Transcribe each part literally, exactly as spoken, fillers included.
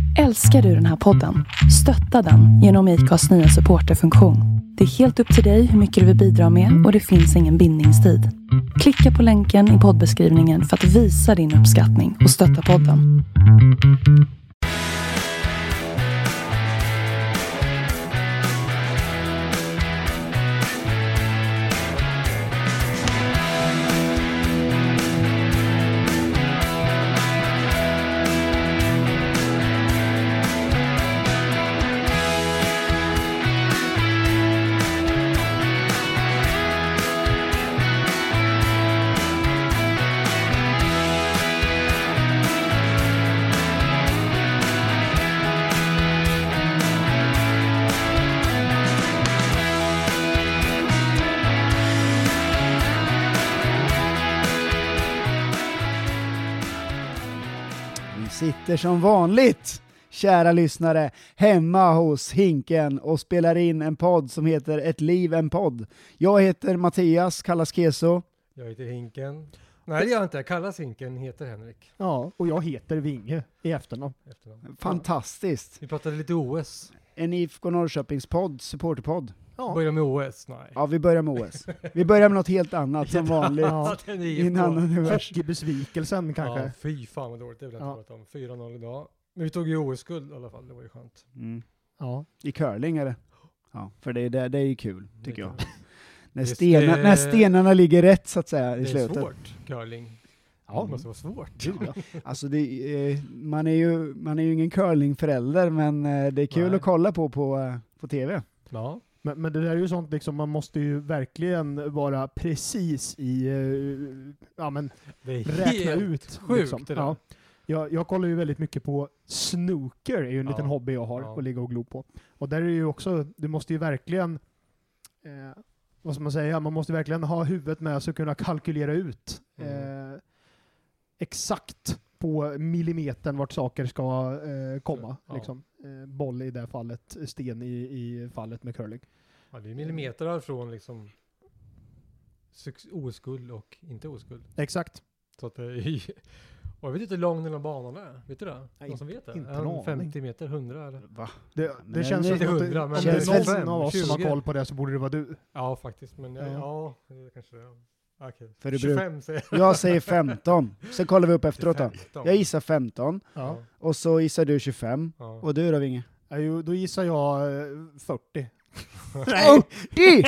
Älskar du den här podden? Stötta den genom I C A:s nya supporterfunktion. Det är helt upp till dig hur mycket du vill bidra med och det finns ingen bindningstid. Klicka på länken i poddbeskrivningen för att visa din uppskattning och stötta podden. Sitter som vanligt, kära lyssnare, hemma hos Hinken och spelar in en podd som heter Ett liv, en podd. Jag heter Mattias, kallas Keso. Jag heter Hinken. Nej, det gör jag inte. Jag kallas Hinken, heter Henrik. Ja, och jag heter Vinge i efternamn. Efternamn. Fantastiskt. Vi pratade lite O S. En I F K Norrköpings podd, supporterpodd. Ja. Börjar med O S, nej. Ja, vi börjar med O S. Vi börjar med något helt annat som vanligt. Ja. I en annan univers. Hockeybesvikelsen kanske. Ja, fy fan vad dåligt. Det vill jag inte Ja. prata om. fyra noll idag. Men vi tog ju O S-guld i alla fall. Det var ju skönt. Mm. Ja. I curling är det. Ja, för det är, det, det är ju kul, tycker jag. När, Just stena, det- när stenarna ligger rätt, så att säga, i Det är slutet. svårt, curling. Ja. Det måste vara svårt. Gud, ja. Alltså det, eh, man, är ju, man är ju ingen curlingförälder, men eh, det är kul Nej. att kolla på på, eh, på tv. Ja. Men, men det där är ju sånt liksom, man måste ju verkligen vara precis i, eh, ja men Det är räkna helt ut. sjukt liksom. det där. Ja. Jag, jag kollar ju väldigt mycket på snooker, är ju en Ja. liten hobby jag har Ja. att ligga och glo på. Och där är ju också, du måste ju verkligen, eh, vad ska man säga, man måste verkligen ha huvudet med sig och kunna kalkylera ut Mm. eh, exakt på millimetern vart saker ska eh, komma. Ja. Liksom. Eh, boll i det fallet, sten i, i fallet med curling. Ja, det är millimeter från liksom O S-guld och inte O S-guld. Exakt. Så att det är... Och jag vet inte hur lång den här banan är. Vet du det? Nej, Någon som vet det? inte Är en den aning. femtio meter, hundra eller? Va? Det, men det känns det är som att hundra, det, men om det det är är någon tjugofem, av oss som har tjugo. koll på det så borde det vara du. Ja, faktiskt. Men ja, Ja. ja det kanske det är. Okej. För det tjugofem säger jag. Jag säger femton. Sen kollar vi upp efteråt då. femton. Jag gissar femton. Ja. Och så gissar du tjugofem. Ja. Och du då, Vinge? Ja, jo, då gissar jag eh, fyrtio. fyrtio!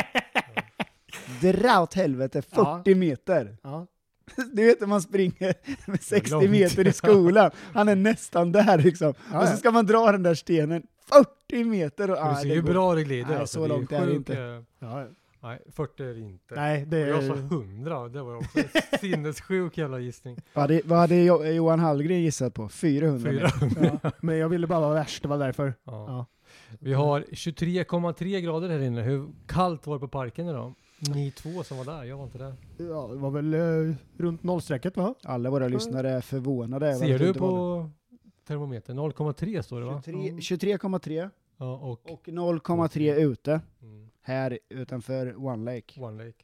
Dra åt helvete, fyrtio Ja. meter. Ja. Du vet när man springer med sextio långt. meter i skolan. Han är nästan där liksom. Ja, Och så ja. ska man dra den där stenen fyrtio meter. Och, Men du ah, ser det ju går. bra det glider. Nej, alltså. så Det långt är det sjuk, inte. eh, Ja. Nej, fyrtio är det inte. Nej, det Och jag sa är... hundra. Det var också en sinnessjuk jävla gissning. Vad hade, vad hade Jo- Johan Hallgren gissat på? fyrahundra meter. fyra. Ja. Men jag ville bara vara värst, det var därför. Ja. Ja. Vi har tjugotre komma tre grader här inne. Hur kallt var det på parken idag? Ni två som var där, jag var inte där. Ja, det var väl eh, runt nollstrecket, va? Alla våra lyssnare är förvånade. över Ser att du inte var på termometern? noll komma tre står det va? tjugotre tjugotre komma tre Ja, och och noll komma tre ute. mm, Här utanför One Lake. One Lake.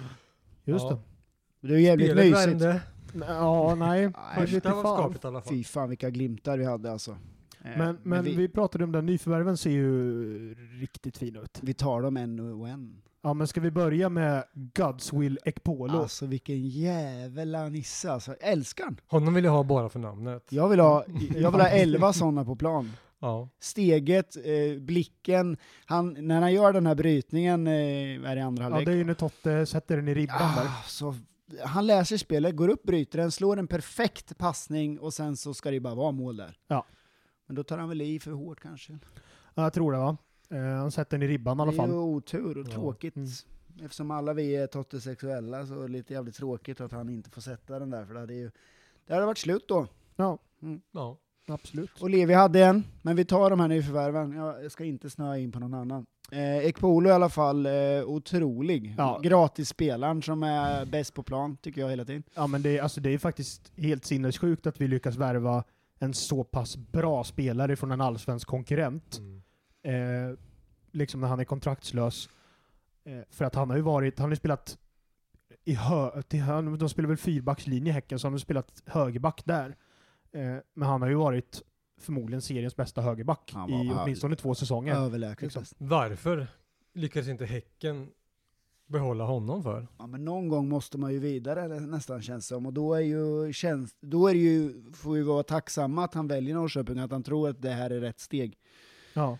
Just Ja. Det är jävligt Spelet mysigt. värmde. det. Ja, nej. Nej, Första Första var fan. skapligt i alla fall. Fy fan vilka glimtar vi hade alltså. Eh, Men, men vi... vi, pratade om den nyförvärven, ser ju riktigt fin ut. vi tar dem en och en. Ja, men ska vi börja med Godswill Ekpolo? Alltså vilken jävla nisse alltså. Älskar han. Honom vill jag ha bara för namnet. Jag vill ha, jag vill ha elva sådana på plan. Ja. Steget, eh, blicken, han, när han gör den här brytningen eh, är det andra Ja, halvlek. det är ju när Totte sätter den i ribban där. Ah, så, han läser spelet, går upp, bryter den, slår en perfekt passning och sen så ska det bara vara mål där. Ja. Men då tar han väl i för hårt kanske. Ja, jag tror det, va? Eh, han sätter den i ribban i alla Det är ju fall. otur och Ja. tråkigt. Mm. Eftersom alla vi är Totte-sexuella så är det lite jävligt tråkigt att han inte får sätta den där. För det hade ju det hade varit slut då. Ja, Ja. absolut. Och Levi hade en, men vi tar de här nyförvärven. Jag ska inte snöa in på någon annan. Eh, Ekpolo i alla fall, eh, otrolig. Ja. Gratisspelaren som är bäst på plan, tycker jag hela tiden. Ja, men det, alltså, det är faktiskt helt sinnessjukt att vi lyckas värva en så pass bra spelare från en allsvensk konkurrent. Mm. Eh, liksom när han är kontraktslös. Eh, för att han har ju varit, han har ju spelat i hö, till, han, de spelar väl fyrbackslinje i Häcken, så han har spelat högerback där. Eh, men han har ju varit förmodligen seriens bästa högerback Han var i över- åtminstone två säsonger. Överlägset. Liksom. bäst. Varför lyckas inte Häcken behålla honom för? Ja, men någon gång måste man ju vidare, eller nästan känns som. Och då är ju, känns, då är det ju, får vi vara tacksamma att han väljer Norrköping, att han tror att det här är rätt steg. Ja.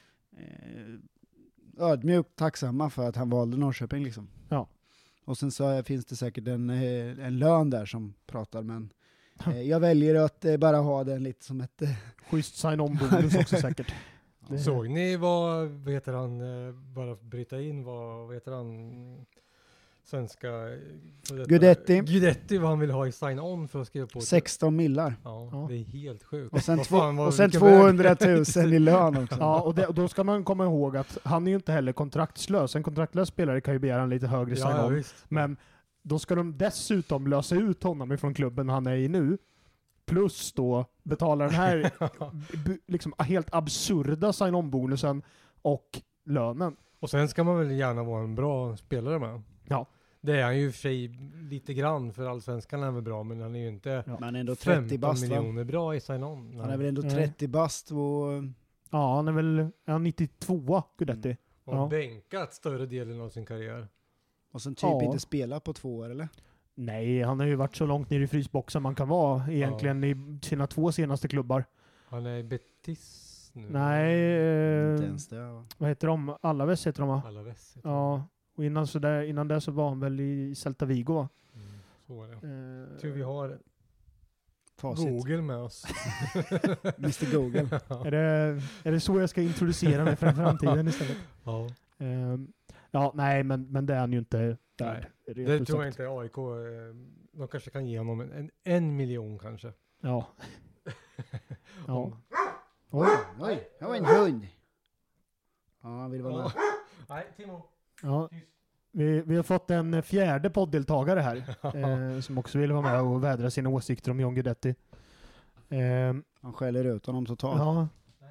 Eh, ödmjukt tacksamma för att han valde Norrköping liksom. Ja. Och sen så finns det säkert en, eh, en lön där som pratar, men eh, jag väljer att eh, bara ha den lite som ett... Eh, Schysst sign-on-bonus också säkert. Det- Såg ni vad, vad heter han, eh, bara för att bryta in, vad, vad heter han, svenska... eh, för detta- Guidetti. Guidetti, vad han vill ha i sign-on för att skriva på. sexton millar. Ja, Ja. det är helt sjukt. Och sen, Vad två, fan, vad- och sen vilken väg- tvåhundratusen i lön också. Ja, och, det, och då ska man komma ihåg att han är ju inte heller kontraktslös. En kontraktlös spelare kan ju begära en lite högre Ja, ja, sign-on. visst. Men då ska de dessutom lösa ut honom ifrån klubben han är i nu. Plus då betala den här b- liksom helt absurda sign-on-bonusen och lönen. Och sen ska man väl gärna vara en bra spelare med. Ja. Det är han ju i och för sig lite grann, för allsvenskan är han väl bra, men han är ju inte Men han är ändå trettio femton bast, va? miljoner bra i sign-on. Han är väl ändå Nej. trettio bast och... Ja, han är väl är han nittiotvå, Guidetti. Och Ja. bänkat större delen av sin karriär. Och sen typ Ja. inte spela på två år, eller? Nej, han har ju varit så långt ner i frysboxen man kan vara egentligen i sina två senaste klubbar. Han är i Betis nu. Nej, Inte eh, ens det. Va? vad heter de? Alaves heter de va? Alaves. Ja, och innan, så där, innan det så var han väl i Celta Vigo va? Mm, så var det. Eh, Tur vi har Facit. Google med oss. mister Google. är, det, är det så jag ska introducera mig för framtiden istället? Ja. Ehm, ja, nej, men, men det är han ju inte värd. Det rent tror ut jag sagt. inte A I K. eh, De kanske kan ge honom en, en, en miljon kanske. Ja. ja. Om- Oj. Oj, det var en hund. Ja, han vill vara med. Nej, Timo. Ja. Vi, vi har fått en fjärde podddeltagare här eh, som också vill vara med och vädra sina åsikter om John Guidetti. Ehm, Han skäller ut honom totalt. ja.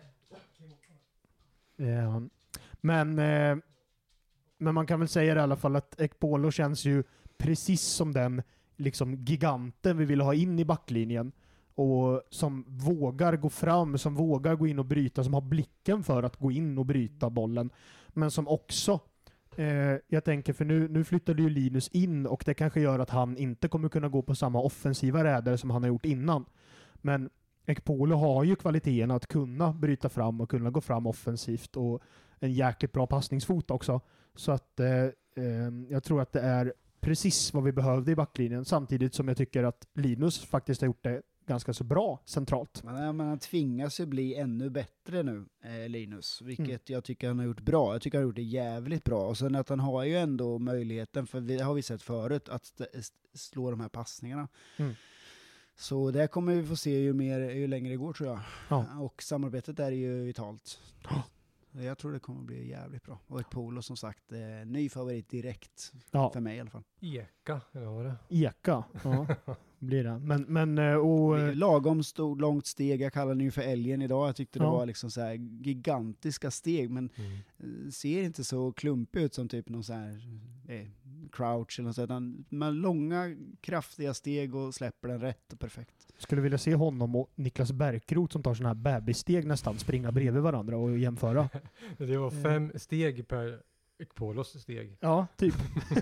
Ja. Men, eh, men man kan väl säga i alla fall att Ekpolo känns ju precis som den liksom giganten vi vill ha in i backlinjen. Och som vågar gå fram, som vågar gå in och bryta, som har blicken för att gå in och bryta bollen. Men som också, eh, jag tänker, för nu, nu flyttade ju Linus in och det kanske gör att han inte kommer kunna gå på samma offensiva räder som han har gjort innan. Men Ekpolo har ju kvaliteten att kunna bryta fram och kunna gå fram offensivt och en jäkligt bra passningsfot också. Så att eh, eh, jag tror att det är precis vad vi behövde i backlinjen, samtidigt som jag tycker att Linus faktiskt har gjort det ganska så bra centralt. Men, ja, men han tvingas ju bli ännu bättre nu, eh, Linus. Vilket Mm. jag tycker han har gjort bra. Jag tycker han har gjort det jävligt bra. Och sen att han har ju ändå möjligheten, för det har vi sett förut, att st- st- slå de här passningarna. Mm. Så det kommer vi få se ju, mer, ju längre det går, tror jag. Ja. Och samarbetet är ju vitalt. Jag tror det kommer bli jävligt bra. Och ett polo som sagt, eh, ny favorit direkt. Ja, För mig i alla fall. Eka, eller vad var det? Eka. Ja, blir det. Men, men eh, och... eh, Lagom stort, långt steg. Jag kallar den ju för älgen idag. Jag tyckte det Ja. var liksom så här gigantiska steg. Men Mm. eh, ser inte så klumpig ut som typ någon så här eh, crouch eller något sånt. Utan med långa, kraftiga steg och släpper den rätt och perfekt. Skulle vilja se honom och Niklas Bärkroth som tar sådana här bebissteg nästan, springa bredvid varandra och jämföra. Det var fem steg per Ekpolos steg. Ja, typ.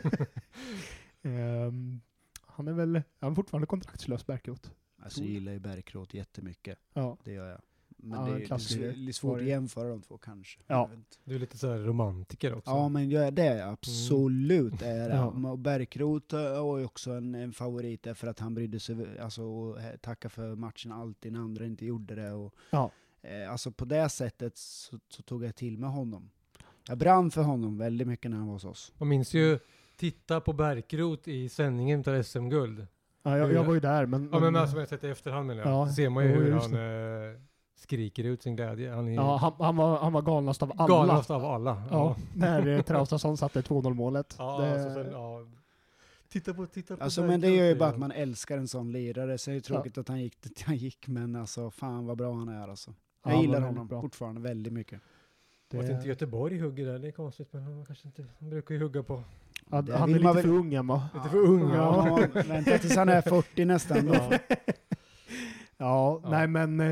Ehm, han är väl han är fortfarande kontraktslös, Bärkroth. Alltså jag gillar ju Bärkroth jättemycket. Ja. Det gör jag. Men Ja, det en är, det är klassiker. sv- det är svårt Var att det- jämföra de två kanske. Ja. Jag vet inte. Du är lite så här romantiker också. Ja, men jag, det är jag absolut. Är det. Ja. Och Bärkroth är också en, en favorit därför att han brydde sig, alltså, och eh, tacka för matchen alltid när andra inte gjorde det. Och, Ja. eh, alltså på det sättet så, så tog jag till med honom. Jag brann för honom väldigt mycket när han var hos oss. Jag minns ju, titta på Bärkroth i sändningen av S M-guld. Ja, jag, jag var ju där, men... Ja, men alltså, jag har sett i efterhand menar jag. Ja, Så ser man ju jo, hur just han eh, skriker ut sin glädje. Han är ja, han, han, var, han var galnast av alla. galnast av alla. Ja, när eh, Traustason satte två noll målet. Ja, det, alltså, sen, ja. Titta på, titta på Alltså, men det Bärkroth, gör ju säger bara han. att man älskar en sån lirare. Så det är tråkigt att han gick dit han gick, men alltså fan vad bra han är alltså. Ja, Jag han gillar var väldigt honom bra. fortfarande väldigt mycket. Och att inte Göteborg hugger där, det är konstigt. Men han, kanske inte, han brukar ju hugga på Ja, Det han är vill lite man väl- för ung än va? lite för ung. Ja, Ja. vänta tills han är fyrtio nästan. Då. Ja. Ja, Ja. nej men eh,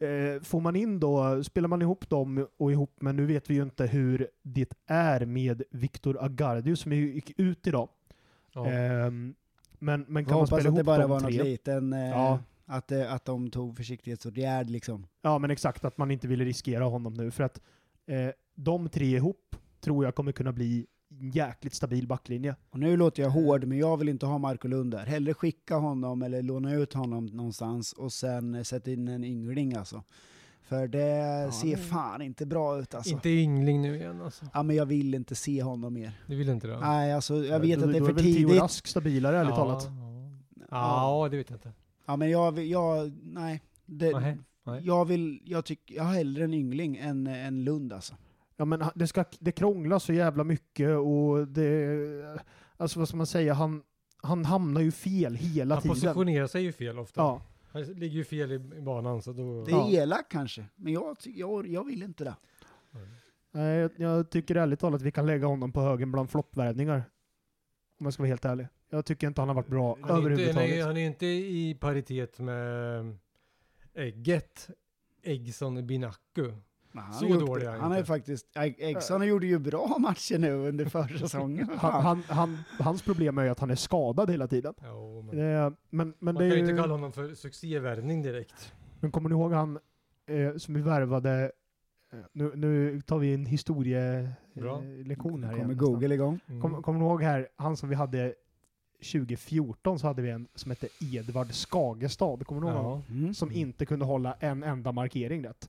Eh, får man in då, spelar man ihop dem och ihop, men nu vet vi ju inte hur det är med Victor Agardius som gick ut idag. Ja. Eh, men, men kan Jag man hoppas spela att ihop det bara de var något tre? liten, eh, Ja. att, eh, att de tog försiktighetsåtgärd liksom. Ja, men exakt, att man inte ville riskera honom nu. För att eh, de tre ihop tror jag kommer kunna bli en jäkligt stabil backlinje. Och nu låter jag hård, men jag vill inte ha Marco Lund där. Hellre skicka honom eller låna ut honom någonstans och sen eh, sätta in en yngling alltså. För det Ja, ser det- fan inte bra ut alltså. Inte yngling nu igen alltså. Ja, men jag vill inte se honom mer. Du vill inte det? Nej, alltså jag vet då, att det är då för väl Theo tidigt. Rask stabilare, ärligt ja, talat. Ja. ja, det vet jag inte. Ja, men jag, vill- jag nej. Det, Nej, nej. Jag vill, jag tycker, jag har hellre en yngling än en Lund alltså. Ja, men det, ska, det krånglas så jävla mycket och det... Alltså vad ska man säga? Han, han hamnar ju fel hela Han tiden. positionerar sig ju fel ofta. Ja. Han ligger ju fel i, i banan så då... Det är Ja. elakt kanske, men jag, ty- jag, jag vill inte det. Nej, jag, jag tycker ärligt talat att vi kan lägga honom på högen bland floppvärvningar. Om jag ska vara helt ärlig. Jag tycker inte han har varit bra Han är, inte, överhuvudtaget. nej, han är inte i paritet med Ägget, Eggson Binaku. Men han Så har gjort, dålig är han han har ju inte. faktiskt, Eggson gjorde ju bra matcher nu under försäsongen. Han, han, han, hans problem är ju att han är skadad hela tiden. Jo, men Det, men men man det kan är ju ju, inte kalla honom för succévärvning direkt. men kommer ni ihåg han eh, som vi värvade? eh, Nu, nu tar vi en Bra. historielektion här kommer igen. nästan. Google igång. Mm. Kommer kom ni ihåg här, han som vi hade tjugo fjorton så hade vi en som hette Edvard Skagestad. Kommer ni ihåg honom? Ja. Mm. Som inte kunde hålla en enda markering rätt.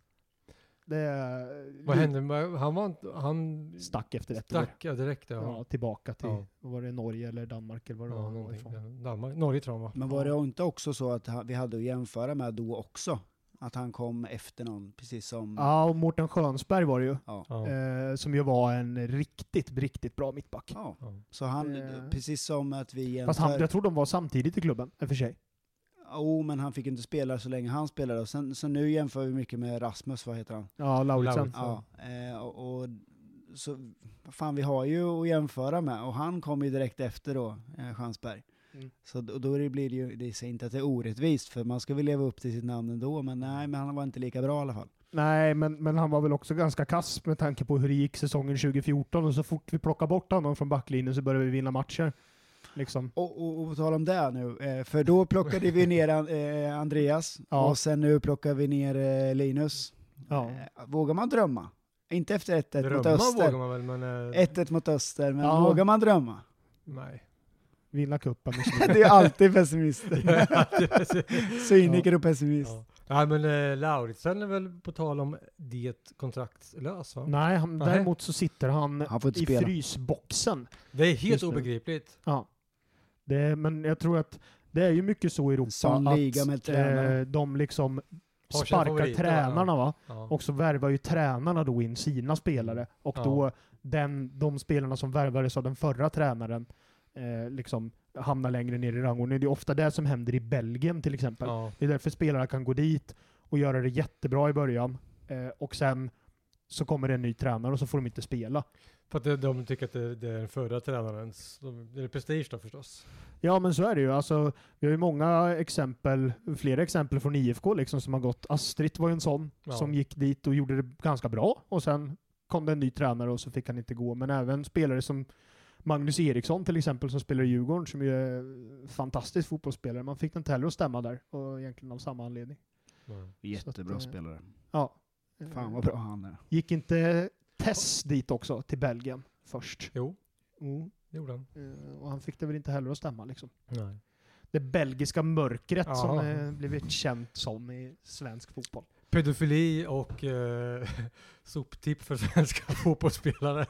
Det Vad hände? med- Han var inte- han stack efter ett år. stack ja, direkt. Ja. Ja, tillbaka till, Ja. vad var det, Norge eller Danmark eller vad det Ja, var. någonting. varifrån. Ja, Danmark. Norge tror jag va? Men var det inte också så att ha- vi hade att jämföra med då också? Att han kom efter någon, precis som... Ja, och Mårten Skönsberg var det ju. Ja. Ja. Eh, som ju var en riktigt, riktigt bra mittback. Ja. Ja. Så han, Eh. precis som att vi jämför... Fast han, jag tror de var samtidigt i klubben, i och för sig. Jo, men han fick inte spela så länge han spelade. Och sen, så nu jämför vi mycket med Rasmus, vad heter han? Ja, Lauritsen. Lauritsen. Ja, eh, och, och så fan, vi har ju att jämföra med, och han kom ju direkt efter då, eh, Schansberg. Mm. Så då, då det blir det ju, det säger inte att det är orättvist, för man ska väl leva upp till sitt namn ändå, men nej, men han var inte lika bra i alla fall. Nej, men, men han var väl också ganska kass med tanke på hur det gick säsongen tjugo fjorton, och så fort vi plockar bort honom från backlinjen så började vi vinna matcher. Liksom. Och, och, och på tal om det nu, eh, för då plockade vi ner eh, Andreas, Ja. och sen nu plockar vi ner eh, Linus. Ja. Eh, vågar man drömma? Inte efter ett ett mot Drömma vågar Öster. man väl, men... eh, ett ett mot Öster, men Ja. vågar man drömma? Nej. Vinna cupen och så. Det är alltid pessimister. Cyniker och pessimist. Ja. Nej men eh, Lauritsen är väl på tal om det kontraktslös va? Nej, han, Nej. däremot så sitter han Han får inte i spela. frysboxen. Det är helt Just nu. obegripligt. Ja. Det, men jag tror att det är ju mycket så i Europa Sån att liga med tränare. eh, de liksom Har sina sparkar favoriter, tränarna va? Ja. Och så värvar ju tränarna då in sina spelare. Och Ja. då den, de spelarna som värvades av den förra tränaren eh, liksom hamnar längre ner i rangordningen. Det är ofta det som händer i Belgien till exempel. Ja. Det är därför spelarna kan gå dit och göra det jättebra i början. Eh, och sen så kommer det en ny tränare och så får de inte spela. För att de, de tycker att det, det är den förra tränarens, de, det är prestige då förstås. Ja, men så är det ju. Alltså, vi har ju många exempel, flera exempel från I F K liksom, som har gått. Astrid var ju en sån Ja. som gick dit och gjorde det ganska bra. Och sen kom det en ny tränare och så fick han inte gå. Men även spelare som Magnus Eriksson till exempel, som spelar i Djurgården, som ju är fantastisk fotbollsspelare. Man fick inte heller att stämma där, och egentligen av samma anledning. Mm. Jättebra Så att, eh, spelare. Ja. Fan vad bra han är. Gick inte Tess dit också, till Belgien först? Jo, Mm. det gjorde han. Eh, Och han fick det väl inte heller att stämma liksom. Nej. Det belgiska mörkret Ja. som eh, blivit känt som i svensk fotboll. Pedofili och eh, soptipp för svenska fotbollsspelare.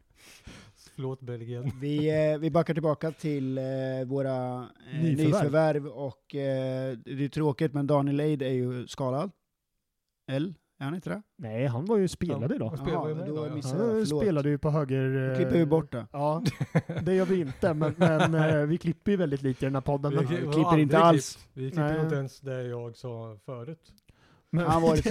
Förlåt Belgien. Vi, eh, vi backar tillbaka till eh, våra eh, Nyförvärv. nyförvärv, och eh, det är tråkigt, men Daniel Eid är ju skadad. L? Är han inte det? Nej, han var ju spelade Han idag. spelar ju med då idag, ja. missade jag. Han Förlåt. spelade ju på höger... Då klipper vi bort det. Ja, det gör vi inte, men, men eh, vi klipper ju väldigt lite i den här podden. Vi Men, vi har klipper aldrig inte alls. klippt. Vi klipper Nej. inte ens det jag sa förut. men, Han var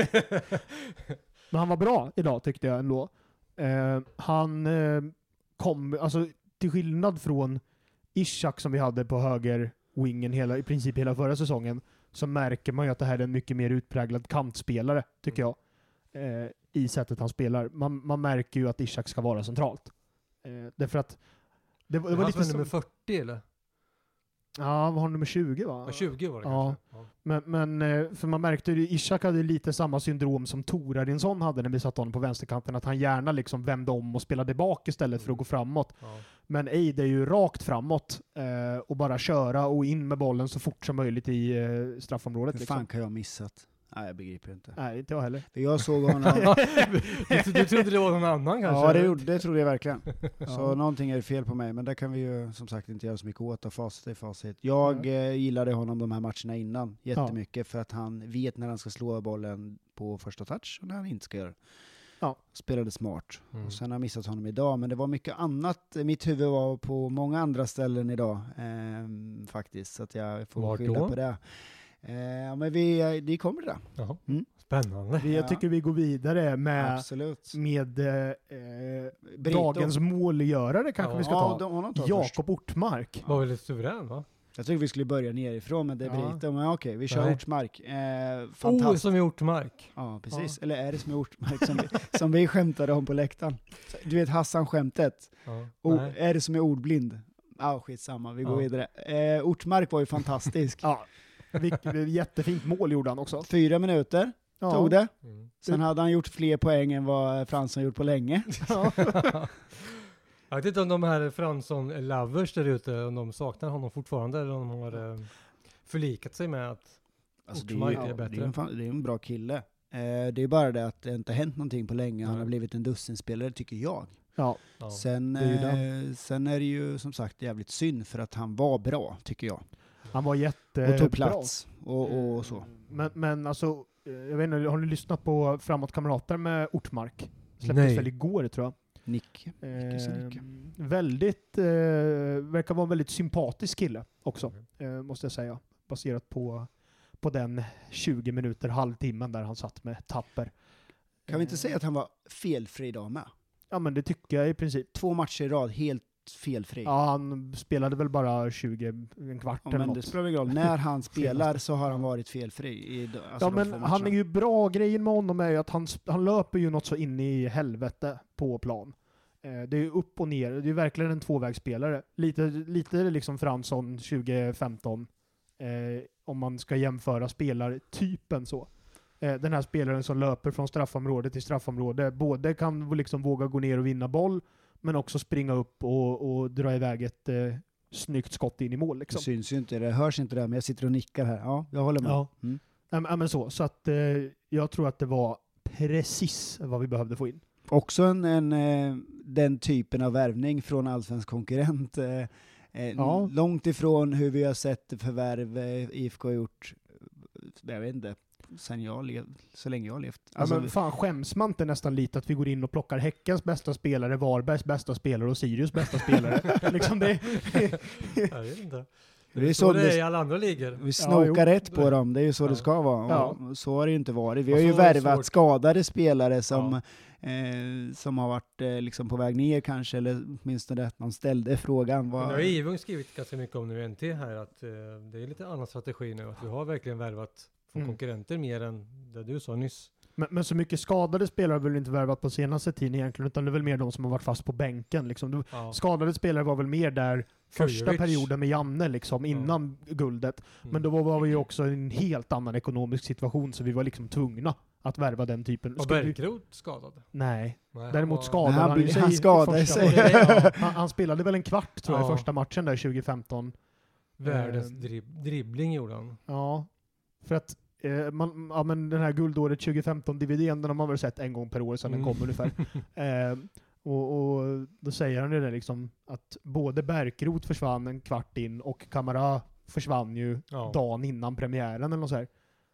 men han var bra idag tyckte jag ändå. Eh, han eh, kom, alltså till skillnad från Ishak som vi hade på höger wingen hela, i princip hela förra säsongen, så märker man ju att det här är en mycket mer utpräglad kantspelare, tycker jag. Eh, I sättet han spelar. Man, man märker ju att Ishak ska vara centralt. Eh, därför att det, det var han lite som nummer fyrtio eller? Ja, var han nummer tjugo va? Ja, tjugo var det ja. kanske. Ja. Men, men eh, för man märkte ju Ishak hade lite samma syndrom som Torarinsson hade när vi satt honom på vänsterkanten, att han gärna liksom vände om och spelade bak istället mm. för att gå framåt. Ja. Men Eid är ju rakt framåt eh, och bara köra och in med bollen så fort som möjligt i eh, straffområdet. Hur liksom. fan kan jag ha missat? Nej, jag begriper inte. Nej, inte jag heller. För jag såg honom... du, du trodde det var någon annan kanske? Ja, det, gjorde, det trodde jag verkligen. Ja. Så någonting är fel på mig, men det kan vi ju som sagt inte göra så mycket åt, och facit är facit. Jag ja. eh, gillade honom de här matcherna innan jättemycket, ja. för att han vet när han ska slå bollen på första touch och när han inte ska göra. Ja. Spelade smart. Mm. Och sen har jag missat honom idag, men det var mycket annat. Mitt huvud var på många andra ställen idag eh, faktiskt, så att jag får Var skylla då? på det. Eh, men vi, vi kommer där. Jaha. Mm. Spännande. Vi, jag Ja. tycker vi går vidare med, Absolut. med eh, Brito. dagens målgörare kanske Ja. vi ska Ja, ta. de, honom tar först. Jakob Ortmark. Var väldigt suverän va? Jag tycker vi skulle börja nerifrån, men det är Ja. Brito. Men okej, vi kör Nej. Ortmark. Eh, Oh, fantastiskt. som i Ortmark. Ja, precis. Ja. Eller är det som är Ortmark som vi, som vi skämtade om på läktaren? Du vet Hassan-skämtet. Ja. O, Nej. är det som är ordblind? Ja, ah, skitsamma. Vi går Ja. vidare. Eh, Ortmark var ju fantastisk. Ja. Vilk- jättefint mål gjorde han också. Fyra minuter Ja. tog det. Mm. Sen hade han gjort fler poäng än vad Fransson gjort på länge. Ja. Jag vet inte om de här Fransson-lovers där ute, om de saknar honom fortfarande eller om de har eh, förlikat sig med att Alltså, det, är, Ortmark ju- är ja, bättre. det, är en, fan- det är en bra kille. Eh, det är bara det att det inte har hänt någonting på länge. Han Nej. har blivit en dussinspelare, tycker jag. Ja. ja. Sen, det är ju eh, sen är det ju som sagt jävligt synd, för att han var bra, tycker jag. Han var jättebra. Och tog plats och, och så. Men, men alltså, eh, jag vet inte, har ni lyssnat på Framåt kamrater med Ortmark? Släpptes Nej. väl igår, tror jag. Nicke. Nicke så Eh, Nicke. väldigt, eh, verkar vara en väldigt sympatisk kille också, eh, måste jag säga. Baserat på, på den tjugo minuter, halvtimmen där han satt med Tapper. Kan vi inte Eh, säga att han var felfri idag med? Ja, men det tycker jag i princip. Två matcher i rad, helt felfri. Ja, han spelade väl bara tjugo, en kvart Ja, eller men det något. spelar ingen roll. När han spelar så har han varit felfri. I, alltså Ja, de två men matcherna. han är ju bra. Grejen med honom är ju att han, sp- han löper ju något så in i helvete på plan. Eh, det är ju upp och ner. Det är verkligen en tvåvägsspelare. Lite, lite liksom Fransson tjugo femton. Eh, om man ska jämföra spelartypen så. Eh, den här spelaren som löper från straffområde till straffområde. Både kan liksom våga gå ner och vinna boll, men också springa upp och, och dra iväg ett eh, snyggt skott in i mål. Det Liksom. syns ju inte, det hörs inte det, men jag sitter och nickar här. Ja, jag håller med. Ja. Mm. Ja, men- ja, men så. Så att eh, jag tror att det var precis vad vi behövde få in. Också en, en, eh, den typen av värvning från allsvensk konkurrent. eh, eh, Ja. Långt ifrån hur vi har sett förvärv eh, I F K har gjort, eh, jag vet inte, sen jag lev, så länge jag har levt. Alltså, ja, men fan, skäms man inte nästan lite att vi går in och plockar Häckens bästa spelare, Varbergs bästa spelare och Sirius bästa spelare? liksom det. Jag vet inte. Det Det är är så så det det- är i alla andra ligor. vi snokar jo. rätt på dem, det är ju så Ja. det ska vara. Ja. Och så har det ju inte varit. Vi Och har ju så är det värvat svårt. skadade spelare som, Ja. eh, som har varit eh, liksom på väg ner kanske, eller åtminstone att man ställde frågan. Men Vad, det har Ivung skrivit ganska mycket om nu i N T här, att eh, det är lite annan strategi nu. Att vi har verkligen värvat från Mm. konkurrenter mer än det du sa nyss. Men, men så mycket skadade spelare har väl inte värvat på senaste tiden egentligen, utan det är väl mer de som har varit fast på bänken. Liksom. Du, Ja. skadade spelare var väl mer där första Kujovic. perioden med Janne, liksom, innan guldet. Mm. Men då var vi ju också i en helt annan ekonomisk situation, så vi var liksom tvungna att värva den typen. Var Skulle vi- Bergkrot skadad? Nej. Nej, han Däremot var- skadade Nej, han han, ju blir- sig han i skadade första sig. matchen. han, han spelade väl en kvart tror jag Ja. i första matchen där tjugo femton. Världens Ehm. drib- dribbling gjorde han. Ja, för att eh, man, ja, men den här guldåret tjugo femton-D V D:n, den har man väl sett en gång per år sedan Mm. den kom ungefär. eh, och, och då säger han ju det liksom, att både Bärkrot försvann en kvart in och Kamara försvann ju Ja. dagen innan premiären eller något så här.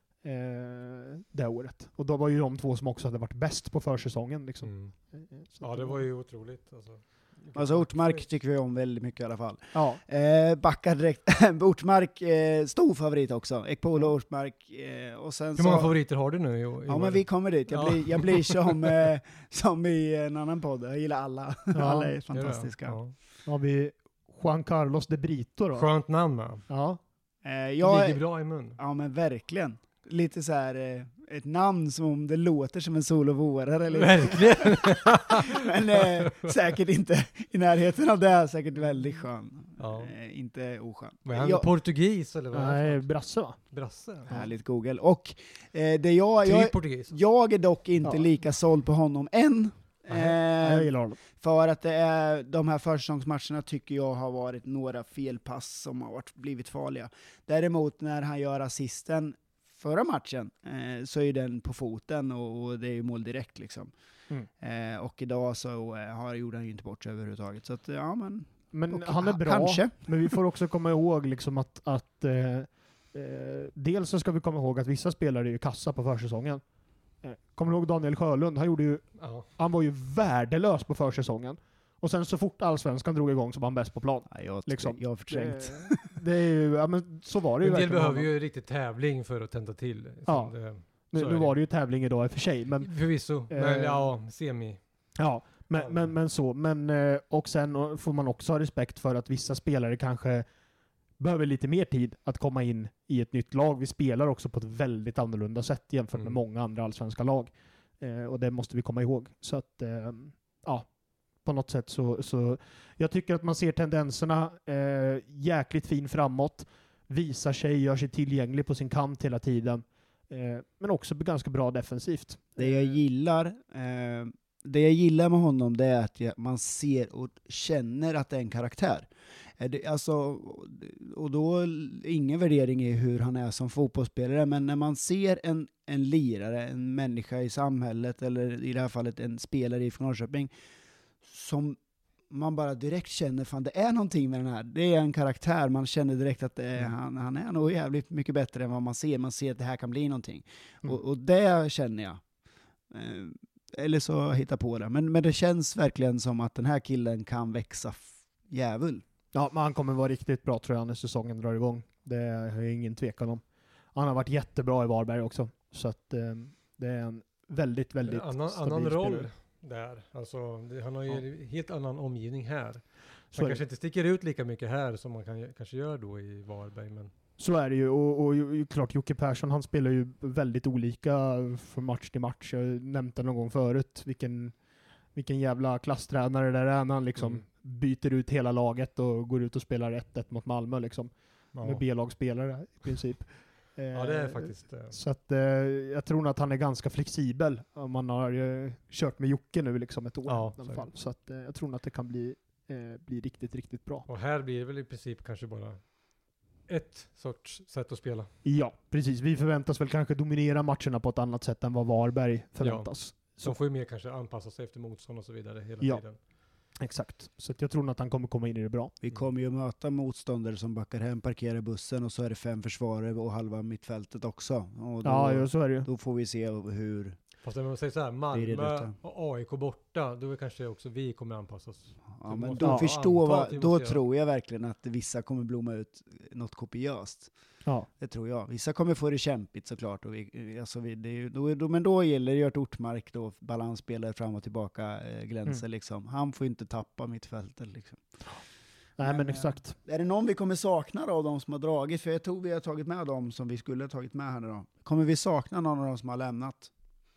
Eh, det året. Och då var ju de två som också hade varit bäst på försäsongen. Liksom. Mm. Eh, så Ja, att det var ju otroligt. Alltså. Alltså Ortmark tycker vi om väldigt mycket i alla fall. Ja, Eh, backar direkt. Ortmark, eh, stor favorit också. Ekpolo, Ortmark. Eh, och sen Hur många så, favoriter har du nu? I, i Ja, år? men vi kommer dit. Jag, Ja. blir, jag blir som, eh, som i en annan podd. Jag gillar alla. Ja, alla är Gör det? fantastiska. Ja. då har vi Juan Carlos de Brito då. Skönt namn med. Ja. Eh, jag, Ligger bra i mun. Ja men verkligen. Lite så här eh, ett namn som om det låter som en solovårare eller Verkligen. men eh, säkert inte i närheten av det, säkert väldigt skön. Ja. Eh, inte oskön. Men han är Jag- portugis eller vad är Nej, det? brasse va? Brasse? Härligt Google. Och eh, det jag, Typ jag, portugis. jag är dock inte Ja. lika såld på honom än. Nej, jag Eh, gillar honom. för att det är, de här försäsongsmatcherna tycker jag har varit några felpass som har varit, blivit farliga. Däremot när han gör assisten förra matchen eh, så är den på foten och, och det är ju mål direkt liksom. Mm. Eh, och idag så eh, har, gjorde han ju inte bort sig överhuvudtaget. Så att, ja men... Men och- han är bra. Kanske. Men vi får också komma ihåg liksom att, att eh, eh, dels så ska vi komma ihåg att vissa spelare är ju kassa på försäsongen. Eh, kommer du ihåg Daniel Sjölund? Han, gjorde ju, Ja. han var ju värdelös på försäsongen. Och sen så fort allsvenskan drog igång så var han bäst på plan. Ja, jag, Liksom. jag har förträngt. Det, det är ju, ja men så var det ju En del verkligen. behöver med ju riktigt tävling för att tända till. Ja. Som det- Nu, så är nu det. var det ju tävling idag i och för sig, men Förvisso, men Eh, ja, semi. ja, men, Ja. men, men så. Men, eh, och sen får man också ha respekt för att vissa spelare kanske behöver lite mer tid att komma in i ett nytt lag. Vi spelar också på ett väldigt annorlunda sätt jämfört med Mm. många andra allsvenska lag. Eh, och det måste vi komma ihåg. Så att, eh, ja, på något sätt så, så jag tycker att man ser tendenserna eh, jäkligt fin framåt. Visar sig, gör sig tillgänglig på sin kant hela tiden. Eh, men också ganska bra defensivt. Det jag gillar, eh, det jag gillar med honom det är att jag, man ser och känner att det är en karaktär. Eh, det, alltså, och då ingen värdering i hur han är som fotbollsspelare, men när man ser en, en lirare, en människa i samhället, eller i det här fallet en spelare i Norrköping, som man bara direkt känner, fan det är någonting med den här. Det är en karaktär, man känner direkt att det är, Mm. han, han är nog jävligt mycket bättre än vad man ser. Man ser att det här kan bli någonting. Mm. Och, och det känner jag. Eh, eller så hittar på det. Men, men det känns verkligen som att den här killen kan växa f- djävul. Ja, men han kommer vara riktigt bra tror jag när säsongen drar igång. Det har jag ingen tvekan om. Han har varit jättebra i Varberg också. Så att eh, det är en väldigt, väldigt Annan, stabil annan roll spelare. där. Alltså, det, han har ju en helt annan omgivning här. Så Så han är, kanske inte sticker ut lika mycket här som man kan, kanske gör då i Varberg. Men så är det ju. Och, och ju, ju klart, Jocke Persson han spelar ju väldigt olika från match till match. Jag har nämnt det någon gång förut. Vilken, vilken jävla klasstränare det där är när han liksom Mm. byter ut hela laget och går ut och spelar ett ett mot Malmö liksom. ja, Med B-lagsspelare i princip. ja det är Eh, faktiskt eh, Så att, eh, jag tror nog att han är ganska flexibel om man har eh, kört med Jocke nu liksom ett år Ja, i alla så är fall. Så att, eh, jag tror nog att det kan bli, eh, bli riktigt, riktigt bra. Och här blir det väl i princip kanske bara ett sorts sätt att spela. Ja, precis. Vi förväntas väl kanske dominera matcherna på ett annat sätt än vad Varberg förväntas. Som får ju mer kanske anpassa sig efter motstånd och så vidare hela Ja. tiden. Exakt. Så att jag tror nog att han kommer komma in i det bra. Vi kommer ju möta motståndare som backar hem, parkerar bussen och så är det fem försvarare och halva mittfältet också. Och då, Ja, ja, så är det ju. då får vi se hur... Fast när man säger så här, Blir det Malmö detta? och A I K borta, då är kanske också vi kommer anpassa oss. Ja, Du men måste då ja, förstå anta vad, att vi då måste göra. tror jag verkligen att vissa kommer blomma ut något kopiöst. Ja. Det tror jag. Vissa kommer få det kämpigt såklart. Och vi, alltså vi, det är, ju- då, då, men då gäller det Gert Ortmark, då balansspelare fram och tillbaka, eh, glänser Mm. liksom. Han får inte tappa mittfältet liksom. Nej, men Men, exakt. Är det någon vi kommer sakna då, av de som har dragit? För jag tror vi har tagit med dem som vi skulle ha tagit med här nu då. Kommer vi sakna någon av dem som har lämnat?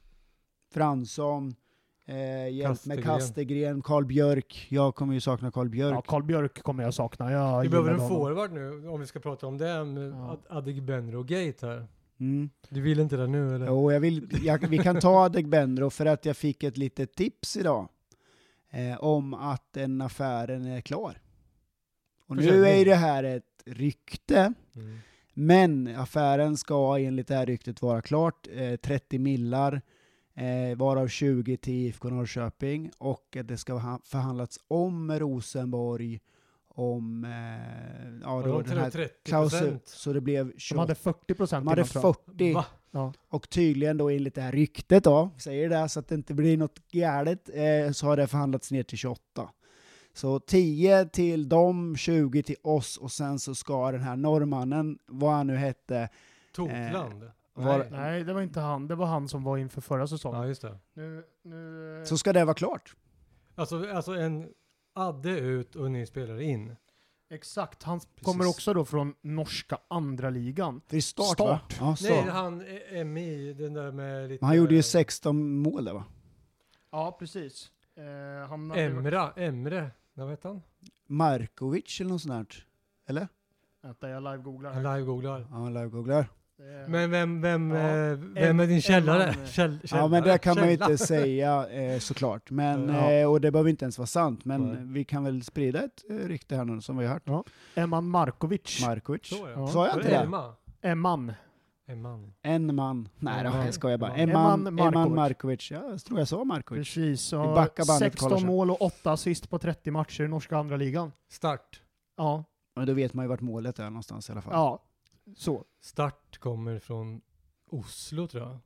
Fransson, eh, hjälp med Kastegren. Kastegren, Karl Björk. Jag kommer ju sakna Karl Björk. Ja, Karl Björk kommer jag sakna. Jag Vi behöver gillade en honom. forward nu, om vi ska prata om det med Ja. Ad- Adegbenro-gate här. Mm. Du vill inte det nu eller? Jo, jag vill, jag, vi kan ta Adegbenro för att jag fick ett litet tips idag eh, om att den affären är klar. Och nu Försäljning. är det här ett rykte, Mm. men affären ska enligt det här ryktet vara klart. Eh, trettio millar, eh, varav tjugo till I F K Norrköping, och att det ska ha förhandlats om med Rosenborg om eh, ja, Och då, de den här trettio klausul, procent. så det blev De tjugoåtta. hade fyrtio procent De hade innan, tror jag. fyrtio. Va? Ja. Och tydligen då enligt det här ryktet då, säger det så att det inte blir något galet, eh, så har det förhandlats ner till tjugoåtta. Så tio till dem, tjugo till oss, och sen så ska den här norrmannen, vad han nu hette, Tokland? var- Nej. Nej, det var inte han. Det var han som var inför förra säsongen. Ja, just det. Nu, nu, eh, så ska det vara klart. Alltså, alltså en Adde ut och en ny spelare in. Exakt, han kommer också då från norska andra ligan. Det är start, Start. va? Ja, Nej, så. han är M I, den där med lite... Men han gjorde ju sexton mål där, va? Ja, precis. Eh, han Emra, Emre, vad vet han? Markovic eller något sånt där. Eller? Vänta, jag live-googlar. Han live-googlar. Ja, han live-googlar. Det- Men vem, vem, Ja. eh, vem är din källare? Emman- Käll, källare? Ja, men det kan man ju Källa. inte säga eh, såklart. Men, Ja. eh, och det behöver inte ens vara sant. Men Nej. vi kan väl sprida ett eh, rykte här nu som vi har hört. Emman Markovic. Markovic. Så ja. Ja. Sa jag Var inte det det? Emma? Emman. Emman. En man. Nej då, Emman. jag skojar bara. Emman Emman, Markovic. Emman Markovic. Ja, jag tror jag sa Markovic. Precis. Vi Och backar bandet och kollar sexton sen. mål och åtta assist på trettio matcher i norska andra ligan. Start. Ja, Men då vet man ju vart målet är någonstans i alla fall. ja. Så. Start kommer från Oslo, tror jag.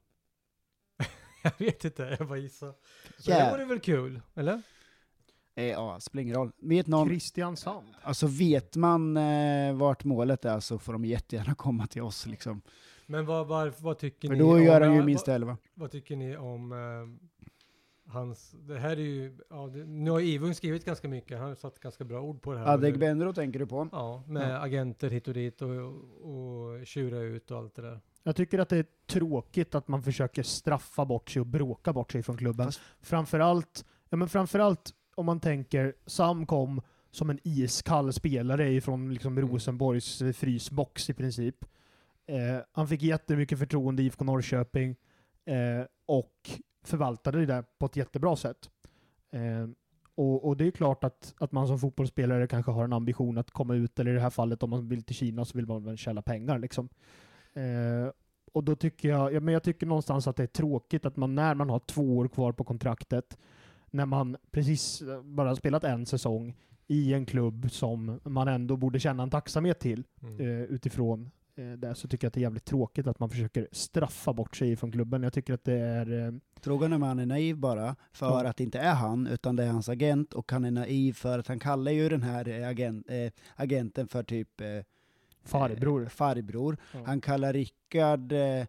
Jag vet inte, jag bara gissar. Så Yeah. det vore väl kul, eller? Eh, ja, spelar ingen roll. Vet någon, Kristiansand. alltså vet man eh, vart målet är så får de jättegärna komma till oss liksom. Men vad, vad, vad tycker För ni då om... gör han ju vad- minst elva. Vad tycker ni om eh, hans... Det här är ju... Ja, det, nu har Ivung skrivit ganska mycket. Han har satt ganska bra ord på det här. Adegbenro tänker du på? Ja, med Ja. agenter hit och dit och, och, och tjura ut och allt det där. Jag tycker att det är tråkigt att man försöker straffa bort sig och bråka bort sig från klubben. Fast- Framförallt, ja men framförallt om man tänker, Sam kom som en iskall spelare ifrån liksom Mm. Rosenborgs eh, frysbox i princip. Eh, han fick jättemycket förtroende i I F K Norrköping eh, och förvaltade det där på ett jättebra sätt. Eh, och, och det är klart att, att man som fotbollsspelare kanske har en ambition att komma ut, eller i det här fallet om man vill till Kina så vill man väl tjäna pengar liksom. Eh, och då tycker jag, ja, men jag tycker någonstans att det är tråkigt att man när man har två år kvar på kontraktet, när man precis eh, bara har spelat en säsong i en klubb som man ändå borde känna en tacksamhet till Mm. eh, utifrån eh, det, så tycker jag att det är jävligt tråkigt att man försöker straffa bort sig från klubben. Jag tycker att det är... Eh, Frågan är om han är naiv bara för Ja. att det inte är han utan det är hans agent, och han är naiv för att han kallar ju den här eh, agent, eh, agenten för typ eh, farbror. eh, farbror. Ja. Han kallar Rickard eh,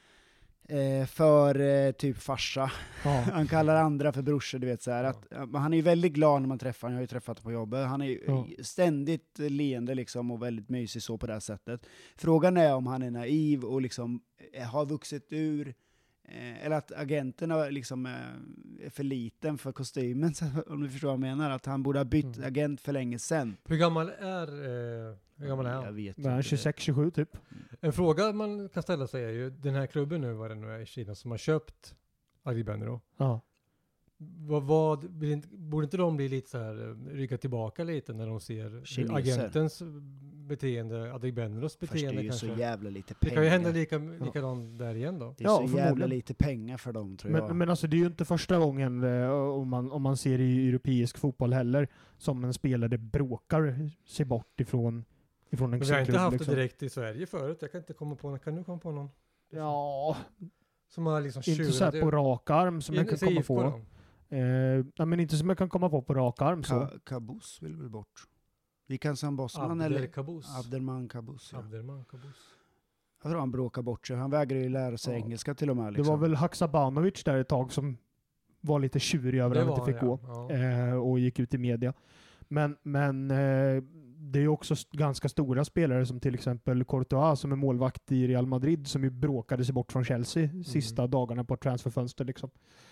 eh, för eh, typ farsa. Ja. Han kallar andra för brorsor, du vet så här. Ja. Att, ja, men han är ju väldigt glad när man träffar honom. Jag har ju träffat honom på jobbet. Han är ju Ja. ständigt leende liksom och väldigt mysig så på det här sättet. Frågan är om han är naiv och liksom eh, har vuxit ur, eh, eller att agenterna liksom eh, är för liten för kostymen, så, om du förstår vad jag menar. Att han borde ha bytt Mm. agent för länge sedan. Hur gammal är, eh, hur gammal är Jag han? vet Men inte. tjugosex tjugosju typ. En fråga man kan ställa sig är ju, den här klubben nu, vad det nu är i Kina, som har köpt Adegbenro. Ja. Vad, vad, vill inte, borde inte de bli lite så här, eh, rygga tillbaka lite när de ser hur Kineser. agentens beteende, Adegbenros Fast det är beteende ju kanske? så jävla lite Det pengar. kan ju hända lika, likadant där igen då. Det är Ja, så jävla förmodligen. lite pengar för dem, tror jag. Men, men alltså det är ju inte första gången eh, om, man, om man ser i europeisk fotboll heller som en spelare bråkar sig bort ifrån, ifrån en Men vi har inte klubb, haft liksom. det direkt i Sverige förut. Jag kan inte komma på någon. Kan du komma på någon? Ja, Som har liksom inte så här på rak arm som jag kan komma på. Eh, nej, men inte som jag kan komma på på rak arm så. Ka- Kabus vill väl bort. Vi kan som Bosman Abder eller Kabus. Abderman Kabus. Ja. Abderman Kabus. Jag tror han bråkar bort sig. Han vägrar ju lära sig Ja. engelska till och med. Det Liksom. var väl Haksabanovic där ett tag som var lite tjurig över att han inte fick gå. Ja. Eh, och gick ut i media. Men, men eh, det är ju också st- ganska stora spelare som till exempel Courtois som är målvakt i Real Madrid som ju bråkade sig bort från Chelsea Mm. sista dagarna på ett transferfönster liksom.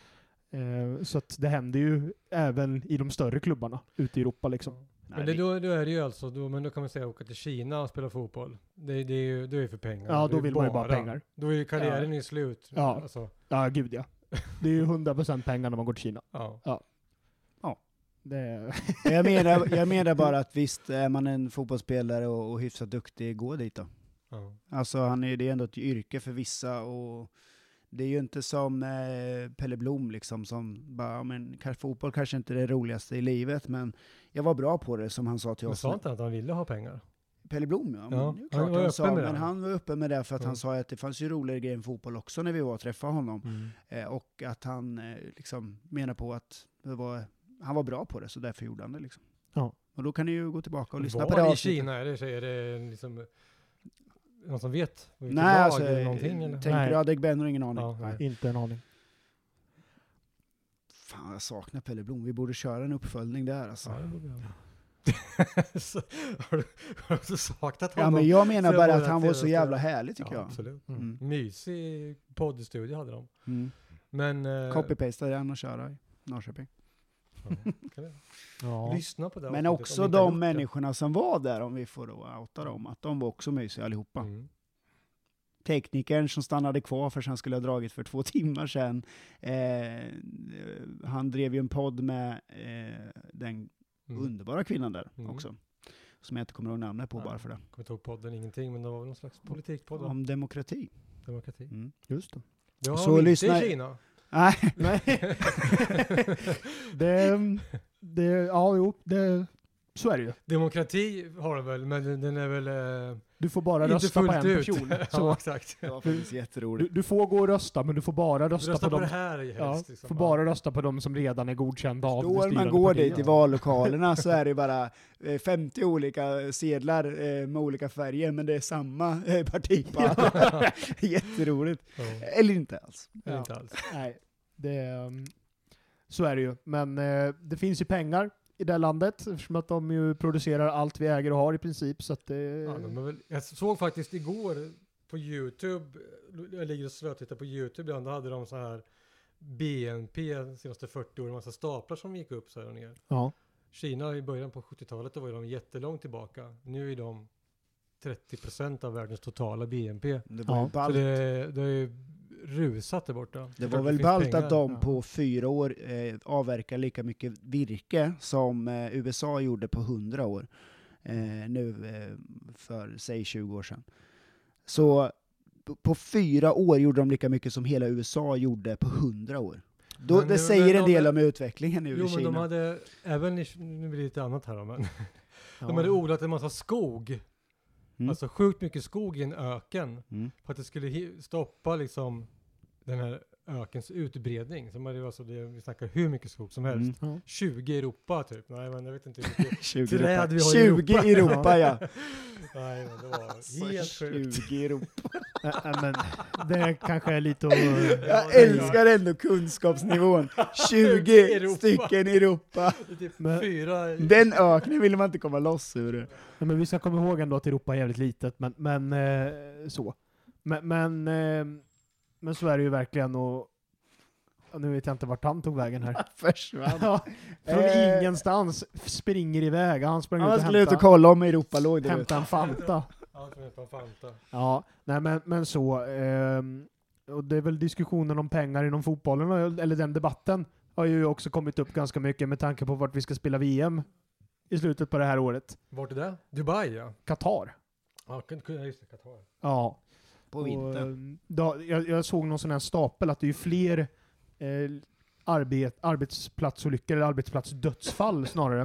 Eh, så att det händer ju även i de större klubbarna ute i Europa liksom. Nej, Men det, vi- då, då är det ju alltså, då, men då kan man säga åka till Kina och spela fotboll. Det, det är ju det är ju för pengar. Ja, Det då är vill man ju bara pengar. Då är ju karriären ju slut. Ja. Alltså, Ja, gud ja. Det är ju hundra procent pengar när man går till Kina. ja. Det är... jag, menar, jag menar bara att visst, är man en fotbollsspelare och, och hyfsat duktig, gå dit då. Ja. Alltså han är, det är ändå ett yrke för vissa, och det är ju inte som eh, Pelle Blom liksom, som bara, ja, men kanske, fotboll kanske inte är det roligaste i livet, men jag var bra på det, som han sa till Men oss. sa inte han att han ville ha pengar? Pelle Blom, ja. Men Ja, det är han klart var han öppen sa, med men det. han var uppe med det för att Ja. han sa att det fanns ju roligare grejer än fotboll också när vi var och träffade honom. Mm. Eh, och att han eh, liksom menar på att det var, han var bra på det, så därför gjorde han det liksom. Ja. Och då kan ni ju gå tillbaka och lyssna Var på det i avsnittet. Kina är det, så är det liksom någon som vet? Vilket Nej, lag alltså, eller någonting? Eller? tänker Nej. du Adegbenro, ingen aning. Ja, nej. Inte en aning. Fan, jag saknar Pelle Blom. Vi borde köra en uppföljning där alltså. Ja, det borde jag. Så, har du, har du saknat Ja, honom? men jag menar Så bara var att det han var så senaste- jävla härlig tycker Ja, jag. absolut. Mm. Mysig poddstudio hade de. Mm. Men... Eh, Copy-pasta den och köra i Norrköping. ja, kan det. Ja. Lyssna på det. Men avsnittet också om ni inte har de gjort människorna som var där, om vi får då outa dem, att de var också mysiga allihopa. det. Mm. Teknikern som stannade kvar för han skulle ha dragit för två timmar sedan. Eh, han drev ju en podd med eh, den Mm. underbara kvinnan där Mm. också. Som jag inte kommer ihåg namnet på Ja, bara för det. Kommer inte ihåg podden, ingenting, men det var väl någon slags politikpodd. va? Om demokrati. Demokrati. Mm. Just det. Det har Så vi lyssna- inte i Kina. Nej, Nej. det, det, ja, jo, det, så är det ju. Demokrati har den väl, men den- den är väl eh, Du får bara inte rösta på fullt en ut. person. ja, Så. exakt. det var faktiskt Du, jätteroligt. du får gå och rösta, men du får bara rösta, Rösta på, på, dem. det här helst. Ja, liksom. får bara rösta på dem som redan är godkända av det Då när styrande man går partiet. dit i vallokalerna så är det bara eh, femtio olika sedlar eh, med olika färger, men det är samma eh, parti på alla. Jätteroligt. Ja, Eller inte alls. det är inte alls. Nej, det, um, så är det ju. Men eh, det finns ju pengar i det här landet, eftersom att de ju producerar allt vi äger och har i princip. Så att det, Ja, de är väl, jag såg faktiskt igår på YouTube, jag ligger och slötittar på YouTube, ibland, då hade de så här B N P de senaste fyrtio åren, en massa staplar som gick upp så här och ner. ja. Kina i början på sjuttiotalet, då var de jättelångt tillbaka. Nu är de trettio procent av världens totala B N P. Det var, Ja. ju Så ballt. det, det är ju rusat där borta. Det klart var väl finns ballt pengar. att de Ja. på fyra år eh, avverkar lika mycket virke som eh, U S A gjorde på hundra år. Eh, nu eh, för, säg tjugo år sedan. Så på, på fyra år gjorde de lika mycket som hela U S A gjorde på hundra år. Då, Men det nu- säger men en de- del om utvecklingen nu Jo, i men de Kina. hade, även i, nu blir det lite annat här då, men Ja. de hade odlat en massa skog. Mm. Alltså sjukt mycket skog i en öken. Mm. För att det skulle hi- stoppa liksom den här ökens utbredning. Så man, det var så det, vi snackar hur mycket skog som helst. Mm. Ja. tjugo i Europa typ. Nej, men jag vet inte hur mycket. tjugo träd Europa. vi har i tjugo Europa. i Europa, ja. Nej, men det var helt sjukt. tjugo i Europa. Nej, men det kanske är lite att... Jag älskar ändå kunskapsnivån. tjugo Europa. stycken i Europa. Det är typ Men- fyra. Den öknen vill man inte komma loss ur. Nej, men vi ska komma ihåg ändå att Europa är jävligt litet, men, men eh, så. Men, men, eh, men så är det ju verkligen, och och nu vet jag inte vart han tog vägen här. Försvann. Ja, från Eh. ingenstans springer iväg. Han sprang ut Han och skulle ut och hämtade, kolla om Europa låg där ute. hämtade en Fanta. Ja, som heter Fanta. Ja, nej men, men så. ehm, och det är väl diskussionen om pengar inom fotbollen, eller den debatten, har ju också kommit upp ganska mycket med tanke på vart vi ska spela V M i slutet på det här året. Vart är det? Dubai, ja. Qatar. Ja, kun- kun- just det, Qatar. Ja. På Och, vintern. eh, då, jag, jag såg någon sån här stapel att det är ju fler eh, arbet, arbetsplatsolyckor, eller arbetsplatsdödsfall snarare,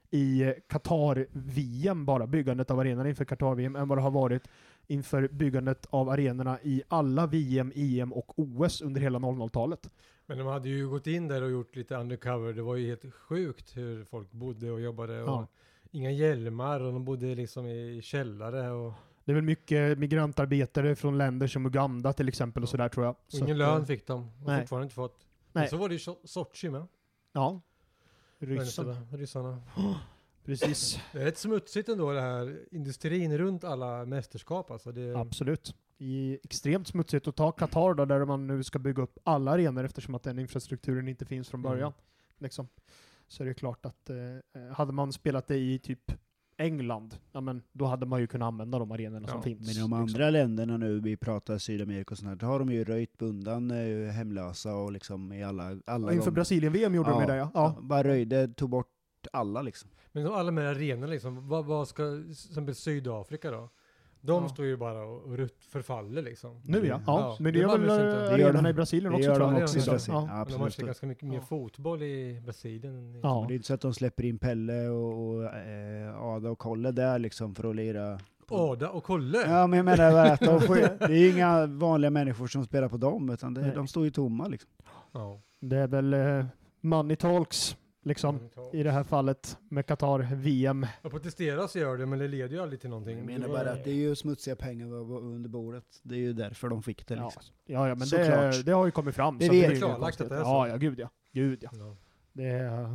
i eh, Qatar-V M, bara byggandet av arenorna inför Qatar-V M, än vad det har varit inför byggandet av arenorna i alla V M, E M och O S under hela noll noll-talet. Men de hade ju gått in där och gjort lite undercover. Det var ju helt sjukt hur folk bodde och jobbade. Och Ja. inga hjälmar och de bodde liksom i källare. Och, Det är väl mycket migrantarbetare från länder som Uganda till exempel och sådär, tror jag. och Så ingen att, eh, lön fick de. Och nej. fortfarande inte fått. Nej. Men så var det ju So- Sochi med. Ja. Ryssarna. Ryssen. Ryssarna. Precis. Det är rätt smutsigt ändå det här industrin runt alla mästerskap. Alltså det, Absolut. I extremt smutsigt att ta Qatar då, där man nu ska bygga upp alla arenor eftersom att den infrastrukturen inte finns från början. Mm. Liksom. Så är det klart att eh, hade man spelat det i typ England, ja, men då hade man ju kunnat använda de arenorna Ja, som finns. Men i de liksom. andra länderna nu, vi pratar Sydamerika och sånt här, då har de ju röjt undan eh, hemlösa och liksom i alla, alla Ja, inför de- Brasilien-V M gjorde de ju det, ja. ja. Bara röjde, tog bort alla liksom. Men de- alla de här arenorna liksom. Vad, vad ska, till exempel Sydafrika då? De Ja. står ju bara och, och rutt- förfaller liksom. Nu ja. ja. Ja, Men det det gör var väl väl inte- eh, det gör arenorna de. i Brasilien Det också, gör tror de jag. också i Ja. Brasilien. Ja. Men de har Absolut. kört ganska mycket mer Ja. fotboll i Brasilien. Ja. Det är inte så att de släpper in Pelle och, och eh, Ada och Kolle där liksom för att lira. på- Ada och Kolle! Ja, men jag menar bara att de får, det är inga vanliga människor som spelar på dem, utan det, Nej. de står ju tomma liksom. Ja. Det är väl eh, money talks, liksom. I det här fallet med Qatar-V M. Jag protesterar så gör det, men det leder ju aldrig till någonting. Jag menar Det var- bara att det är ju smutsiga pengar under bordet. Det är ju därför de fick det Ja, liksom. ja, ja men det, Såklart. det har ju kommit fram. Det så vet är ju jag. inget Klarlagt att konstigt. det är så. Ja, ja, gud ja. Gud ja. Ja. Det är,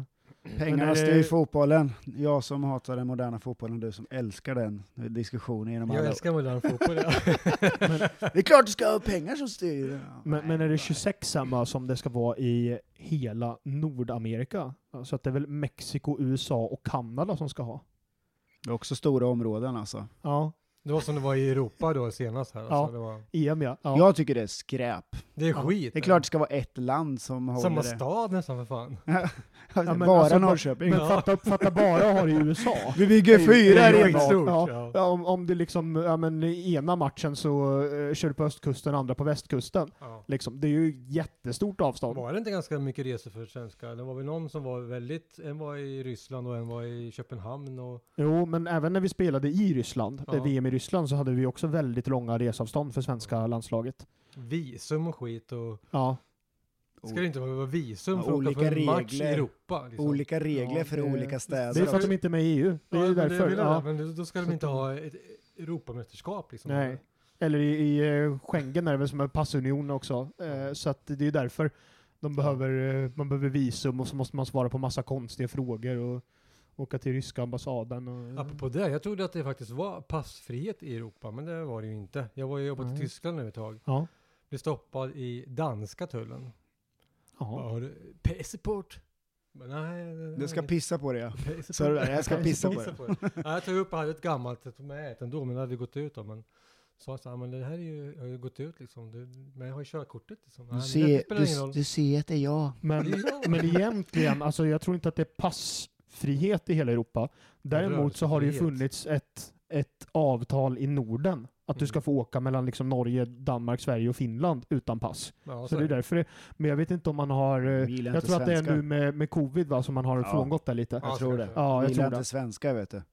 Pengarna det- styr fotbollen. Jag som hatar den moderna fotbollen, du som älskar den diskussionen genom Jag alla. älskar modern fotboll. Ja. Det är klart du ska ha pengar som styr. Ja. Men, men är det tjugosex samma som det ska vara i hela Nordamerika? Så att det är väl Mexiko, U S A och Kanada som ska ha? Det är också stora områden alltså. Ja, Det var som det var i Europa då senast här. Ja. Alltså, det, var, E M ja. ja. Jag tycker det är skräp. det är Ja. skit. Det är klart det ska vara ett land som håller Samma det. stad nästan för fan. Ja, men Bara alltså, Norrköping. Men fatta, fatta bara ha det i U S A. Vi bygger fyra Det är arenor. skitstort. Ja, Ja. ja, om, om det liksom, ja men i ena matchen så uh, kör du på östkusten, andra på västkusten. Ja. Liksom, det är ju jättestort avstånd. Var det inte ganska mycket resor för svenskar? Det var väl någon som var väldigt, en var i Ryssland och en var i Köpenhamn och Jo, men även när vi spelade i Ryssland, Ja. eh, V M i Ryssland, så hade vi också väldigt långa resavstånd för svenska landslaget. visum och skit och Ja, ska det inte vara visum Ja, för att åka olika på en match i regler. Europa? Liksom. Olika regler Ja, för det- olika städer. det är för att de inte är med i E U. Det är Ja, ju men därför. det, Ja. men då ska de inte ha ett Europamästerskap liksom. Nej. Eller i, i eh, Schengen är det väl som en passunion också. Eh, så att det är därför de behöver, eh, man behöver visum och så måste man svara på massa konstiga frågor och åka till ryska ambassaden. Och, Apropå det, jag trodde att det faktiskt var passfrihet i Europa, men det var det ju inte. Jag var ju jobbat Nej. i Tyskland nu ett tag. Ja. Blev stoppad i danska tullen. Jaha. Har du passport? Men nej, Du ska pissa på det, ja. Passport. Så är det där, jag ska pissa på det. Ja, jag tog upp och hade ett gammalt jag tog med ett ändå, men det hade gått ut då. Men sa så här, men det här är ju, har ju gått ut liksom. Det, men jag har ju körkortet liksom. Nej, Du men det ser, spelar ingen roll. du, du ser att det är jag. Men, Ja. men egentligen, alltså jag tror inte att det är passfrihet i hela Europa. Däremot så har det ju rörelsefrihet. funnits ett, ett avtal i Norden att du Mm. ska få åka mellan liksom Norge, Danmark, Sverige och Finland utan pass. Ja, Så det är därför det, men jag vet inte om man har, eh, Vi gillar jag inte tror att det är svenskar. nu med, med covid va, som man har Ja. frångått det lite. Ja, Jag tror det. kanske. Ja, Vi jag gillar tror det. inte svenskar, vet du.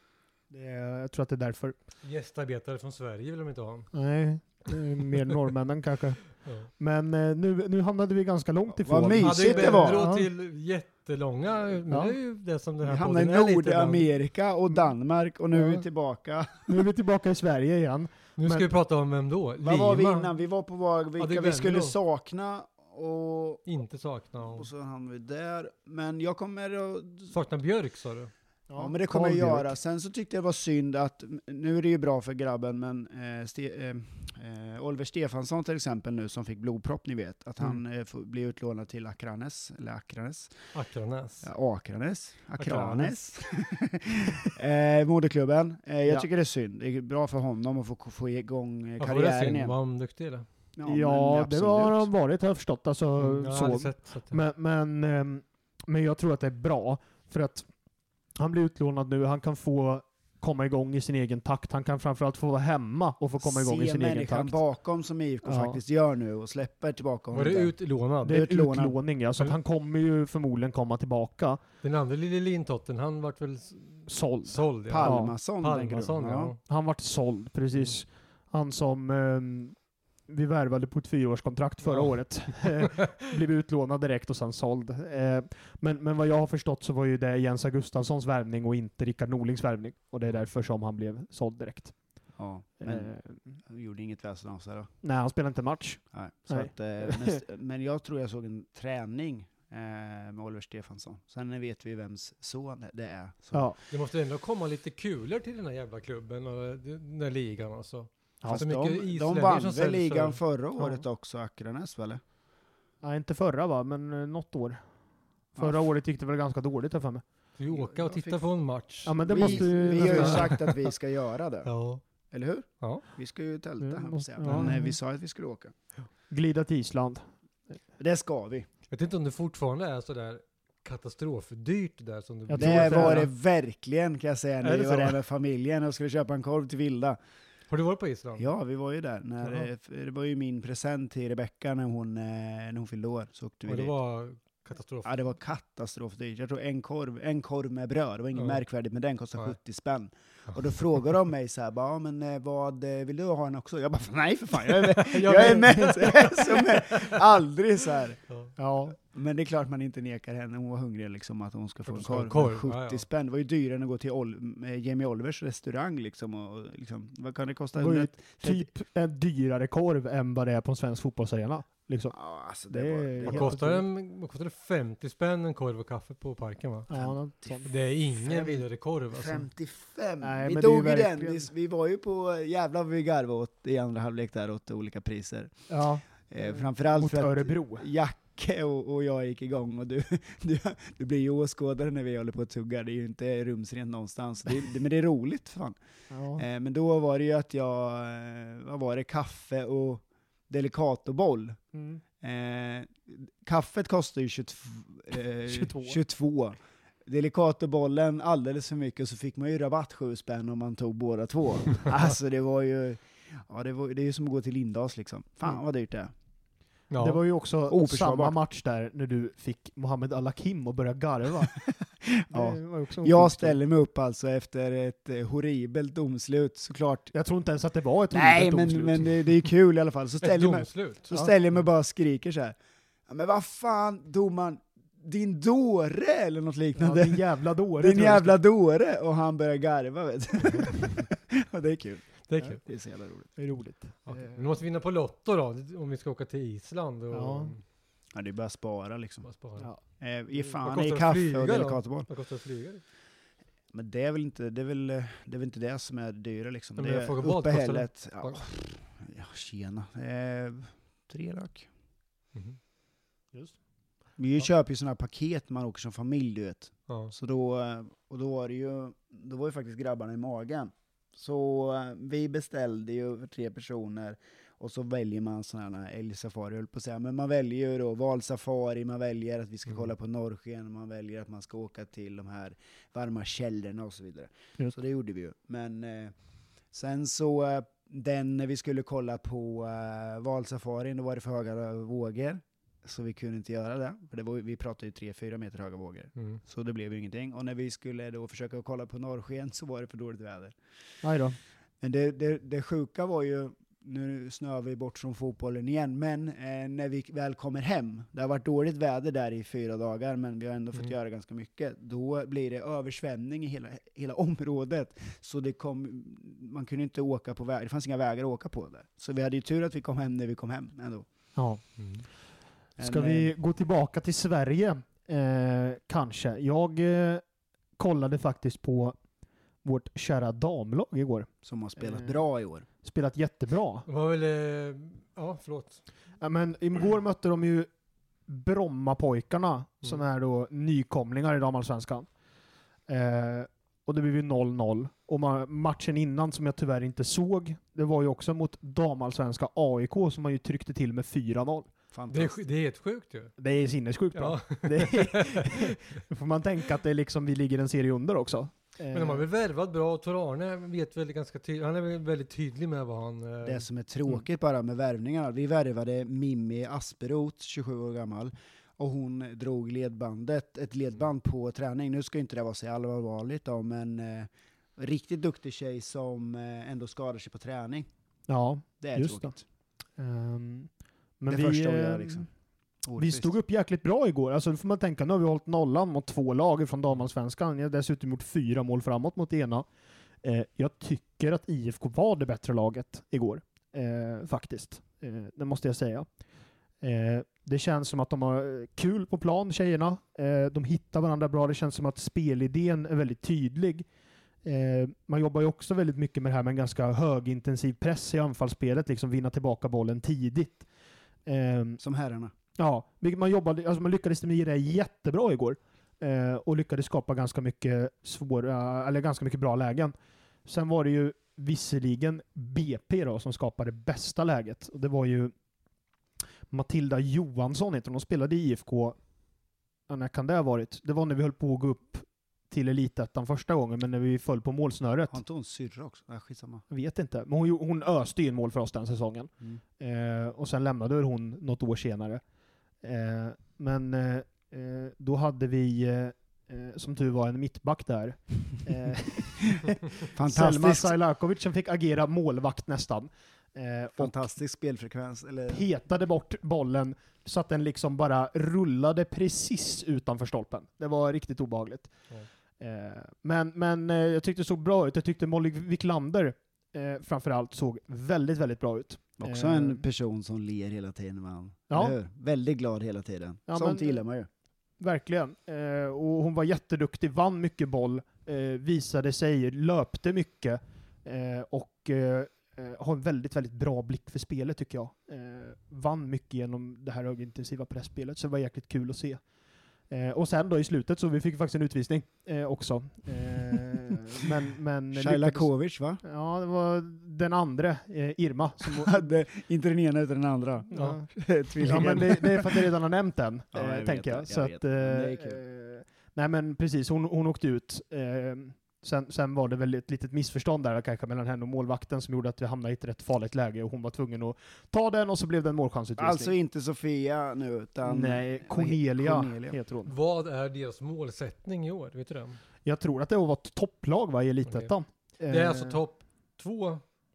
det är, jag tror att det är därför. Gästarbetare från Sverige vill de inte ha. Nej, det är mer norrmännen kanske. Ja. Men eh, nu, nu hamnade vi ganska långt ifrån. Vad mysigt. Hade ju det var. Bendro Ja. till jättelånga, men Ja. det är ju det som den Vi här hamnade i podden är lite ibland. Nordamerika och Danmark och nu är Ja. vi tillbaka. Nu är vi tillbaka i Sverige igen. Nu ska Men- vi prata om vem då? Vad var vi Lima. innan? Vi var på vad, det vilka är vi skulle Venlo. sakna och, Inte sakna. och så hann vi där. Men jag kommer att... Sakna Björk sa du? Ja, men det kommer Carl jag Björk. göra. Sen så tyckte jag det var synd att, nu är det ju bra för grabben, men eh, Ste eh, eh, Oliver Stefansson till exempel nu som fick blodpropp, ni vet, att han Mm. eh, får, blir utlånad till Akranes, eller Akranes, Akranäs. ja, Akranes, Akranes, eh, moderklubben. Eh, jag Ja. tycker det är synd. Det är bra för honom att få, få igång eh, Varför var det karriären synd? igen. Var han duktig eller? Ja, men det absolut. har han varit, har jag förstått. Alltså, Mm, jag har aldrig så. sett, så att, Men, men, ehm, men jag tror att det är bra, för att han blir utlånad nu, han kan få komma igång i sin egen takt. Han kan framförallt få vara hemma och få komma igång i Se sin egen människan takt. bakom som I F K Ja. faktiskt gör nu och släpper tillbaka var honom det där. utlånad? Det är utlånad. utlåning, ja. Så att Men- han kommer ju förmodligen komma tillbaka Den andra lille lintotten, han vart väl s- såld. såld? Ja. Palmason, tänker du? Palmason, ja. Han vart såld, precis. Han som ehm, vi värvade på ett fyraårskontrakt förra Ja. året. Blev utlånad direkt och sen såld. Eh, men, men vad jag har förstått så var ju det Jens Augustafssons värvning och inte Rickard Norlings värvning. Och det är därför som han blev såld direkt. Ja, men Eh, han gjorde inget väsen av sig då. nej, han spelade inte match. Nej. Så Nej. Att, eh, men, men jag tror jag såg en träning eh, med Oliver Stefansson. Sen vet vi vems son det är. Så. Ja. Det måste ändå komma lite kulor till den här jävla klubben och den här ligan alltså. Fast så mycket de, de islänningar vann som väl säljs ligan för- förra året också, Akranes väl? Nej, inte förra va, men eh, något år. Förra Ja. året gick det väl ganska dåligt här för mig. Ska vi åka och Jag titta fick- på en match? Ja, men det vi, måste ju vi har ju nästan- sagt att vi ska göra det. Ja. Eller hur? Ja. Vi ska ju tälta Det här på måste- scenen. ja. Men eh, vi sa att vi skulle åka. Glida till Island. Det ska vi. Jag vet inte om det fortfarande är så där katastrofdyrt där som det Jag blir. tror Det att det var är- det verkligen, kan jag säga, när Är vi det var så? där med familjen och skulle köpa en korv till Vilda. Har du varit på Island? Ja, vi var ju där. När, Jaha. eh, f- det var ju min present till Rebecka när hon, eh, när hon fyllde år. Så åkte vi Och det dit. var katastrof. Ja, det var katastrofdyrt. Jag tror en korv, en korv med bröd, det var inget Ja. märkvärdigt, men den kostade Nej. sjuttio spänn. Och då frågade de mig så här, bara, "Ja, men eh, vad, eh, vill du ha en också?" Jag bara, nej för fan, jag är med. jag är med. Som är aldrig så här. Ja. Ja, Men det är klart man inte nekar henne, hon var hungrig liksom, att hon ska få Att en hon ska ha korv. en korv, sjuttio ja, ja. spänn, det var ju dyrare än att gå till Ol- eh, Jamie Olivers restaurang liksom. Och, liksom vad kan det kosta? det var ju hundra- typ en dyrare korv än vad det är på en svensk fotbollsarena. Liksom. Ja, alltså Det det, var, är det helt Vad var, kostar, en, vad kostar det femtio spänn en korv och kaffe på parken va? Ja, något sånt. Det är ingen Fem- vidare korv alltså. femtiofem. Nej, vi men det är ju tog ju den. verkligen- Vi, vi var ju på, jävlar vad vi garvade åt i andra halvlek där åt olika priser. Ja, Eh, framförallt mot för att Örebro. Jacke och, och jag gick igång och du, du, du blir ju åskådare när vi håller på att tugga. Det är ju inte rumsrent någonstans. Det, det, men det är roligt för fan. Ja. Eh, men då var det ju att jag, eh, vad var det, kaffe och Delicatoboll. Mm. Eh, kaffet kostar ju tjugotvå, eh, tjugotvå. tjugotvå. Delicatobollen alldeles för mycket, så fick man ju rabatt sju spänn om man tog båda två. Alltså det var ju, ja det, var, det är ju som att gå till Lindas liksom. Fan Mm. vad dyrt det är. Ja. Det var ju också Oförsvarbart. samma match där när du fick Mohammed Al-Hakim att börja garva. Ja. Det var ju också en Jag sjuk story. ställer mig upp alltså efter ett eh, horribelt domslut såklart. Jag tror inte ens att det var ett Nej horribelt men, domslut. men det, det är kul i alla fall. Så Ett ställer jag mig, domslut. så Ja. ställer jag mig bara och skriker så här. Ja, men vad fan domaren, din dåre eller något Ja, liknande. din jävla dåre. Din tror jag jävla dåre, och han börjar garva vet du. Och det är kul. Det är kul. Det är så jävla roligt. det är roligt. Okej. Eh, Men du måste vinna på Lotto då, om vi ska åka till Island och Ja. Ja, det är bara att spara liksom. bara spara. Ja. Eh, ge Vad fan kostar i det att kaffe flyga och då? delikatoboll. Vad kostar det att flyga? Men det är väl inte det är väl, det är väl inte det som är dyra liksom. Ja, men det jag är frågar, vad kostar det? uppehället. Ja, Vad- ja, tjena. Eh, tre lök. Mhm. Just. Vi Ja. köper ju sådana här paket man åker som familj, du vet. Ja. Så då, eh, och då var det ju, då var ju faktiskt grabbarna i magen. Så eh, vi beställde ju för tre personer, och så väljer man sådana här älgsafari, höll på att säga. Men man väljer ju då valsafari, man väljer att vi ska Mm. kolla på norrsken, man väljer att man ska åka till de här varma källorna och så vidare. Just. Så det gjorde vi ju. Men eh, sen så, eh, den när vi skulle kolla på eh, valsafarin, då var det för höga vågor. Så vi kunde inte göra det. För det var, vi pratade ju tre fyra meter höga vågor. Mm. Så det blev ju ingenting. Och när vi skulle då försöka kolla på norrsken så var det för dåligt väder. Nej då. Men det, det, det sjuka var ju, nu snöar vi bort från fotbollen igen, men eh, när vi väl kommer hem, det har varit dåligt väder där i fyra dagar, men vi har ändå fått Mm. göra ganska mycket, då blir det översvämning i hela, hela området. Så det kom, man kunde inte åka på väg, det fanns inga vägar att åka på där. Så vi hade ju tur att vi kom hem när vi kom hem ändå. Ja. Mm. Ska Men, vi eh, gå tillbaka till Sverige? Eh, kanske. Jag eh, kollade faktiskt på vårt kära damlag igår. som har spelat eh, bra i år. Spelat jättebra. Det var väl, eh, ja förlåt. Ja, men igår mötte de ju Brommapojkarna som Mm. är då nykomlingar i damallsvenskan. Eh, och det blev ju noll noll. Och ma- matchen innan som jag tyvärr inte såg, det var ju också mot damallsvenska A I K som man ju tryckte till med fyra noll. Det är, Fantastiskt. sj- det är helt sjukt ju. Det är sinnessjukt bra. Ja. Det är, då får man tänka att det är liksom, vi ligger en serie under också. Men de har väl värvat bra, och Tor-Arne vet väl ganska tydligt, han är väl väldigt tydlig med vad han... eh, Det som är tråkigt bara med värvningarna, vi värvade Mimmi Asperoth, tjugosju år gammal, och hon drog ledbandet, ett ledband på träning. Nu ska inte det vara så allvarligt då, men eh, riktigt duktig tjej som eh, ändå skadar sig på träning. Ja, Det är Just tråkigt. ehm, men Det vi, första hon eh, gör liksom. vi Orättvist. stod upp jäkligt bra igår. Alltså, då får man tänka, nu har vi hållit nollan mot två lag från damallsvenskan. Jag har dessutom gjort fyra mål framåt mot det ena. Eh, jag tycker att I F K var det bättre laget igår. Eh, faktiskt. Eh, det måste jag säga. Eh, det känns som att de har kul på plan, tjejerna. Eh, de hittar varandra bra. Det känns som att spelidén är väldigt tydlig. Eh, man jobbar ju också väldigt mycket med det här med en ganska högintensiv press i anfallsspelet. Liksom vinna tillbaka bollen tidigt. Eh, Som herrarna. Ja, vilket man jobbade, alltså man lyckades med det jättebra igår. Eh, och lyckades skapa ganska mycket svåra, eller ganska mycket bra lägen. Sen var det ju visserligen B P då som skapade bästa läget. Och det var ju Matilda Johansson heter hon. Hon spelade i I F K. Ja, när kan det ha varit? Det var när vi höll på att gå upp till elitettan första gången, men när vi föll på målsnöret. Har inte hon syrra också? Nej, skitsamma. Jag vet inte. Men hon, gjo- hon öste in mål för oss den säsongen. Mm. Eh, och sen lämnade hon något år senare. Eh, men eh, eh, då hade vi, eh, eh, som tur var, en mittback där. Eh, Selma Fantastisk, Sajlakovic som fick agera målvakt nästan. Eh, och fantastisk spelfrekvens. Eller, petade bort bollen så att den liksom bara rullade precis utanför stolpen. Det var riktigt obehagligt. Ja. Eh, men men eh, jag tyckte det såg bra ut. Jag tyckte Molly Wiklander eh, framförallt såg väldigt, väldigt bra ut. Också Eh, en person som ler hela tiden. Man. Ja. Eller hur? Väldigt glad hela tiden. Ja, Sånt men- gillar man ju. Verkligen. Eh, och hon var jätteduktig, vann mycket boll, eh, visade sig, löpte mycket eh, och eh, eh, har en väldigt, väldigt bra blick för spelet tycker jag. Eh, vann mycket genom det här högintensiva pressspelet, så det var jäkligt kul att se. Eh, och sen då i slutet så vi fick faktiskt en utvisning eh, också. Eh, men, men Sjajlakovic, va? Ja, det var den andra, eh, Irma. Som, Hade inte den ena utan den andra. ja. Tvillingen. Ja, men det, det är för att jag redan har nämnt den, Ja, eh, jag vet tänker det, jag. jag Så vet att, det, men det är eh, kul. eh, nej men precis, hon, hon åkte ut. Eh, sen, sen var det väl ett litet missförstånd där kanske mellan henne och målvakten som gjorde att vi hamnade i ett rätt farligt läge och hon var tvungen att ta den och så blev det en målchansutvisning. Alltså inte Sofia nu, utan... Nej, Cornelia, Cornelia. heter hon. Vad är deras målsättning i år? Vet du det? Jag tror att det var ett topplag va, i Elitettan. Det är Eh, alltså topp två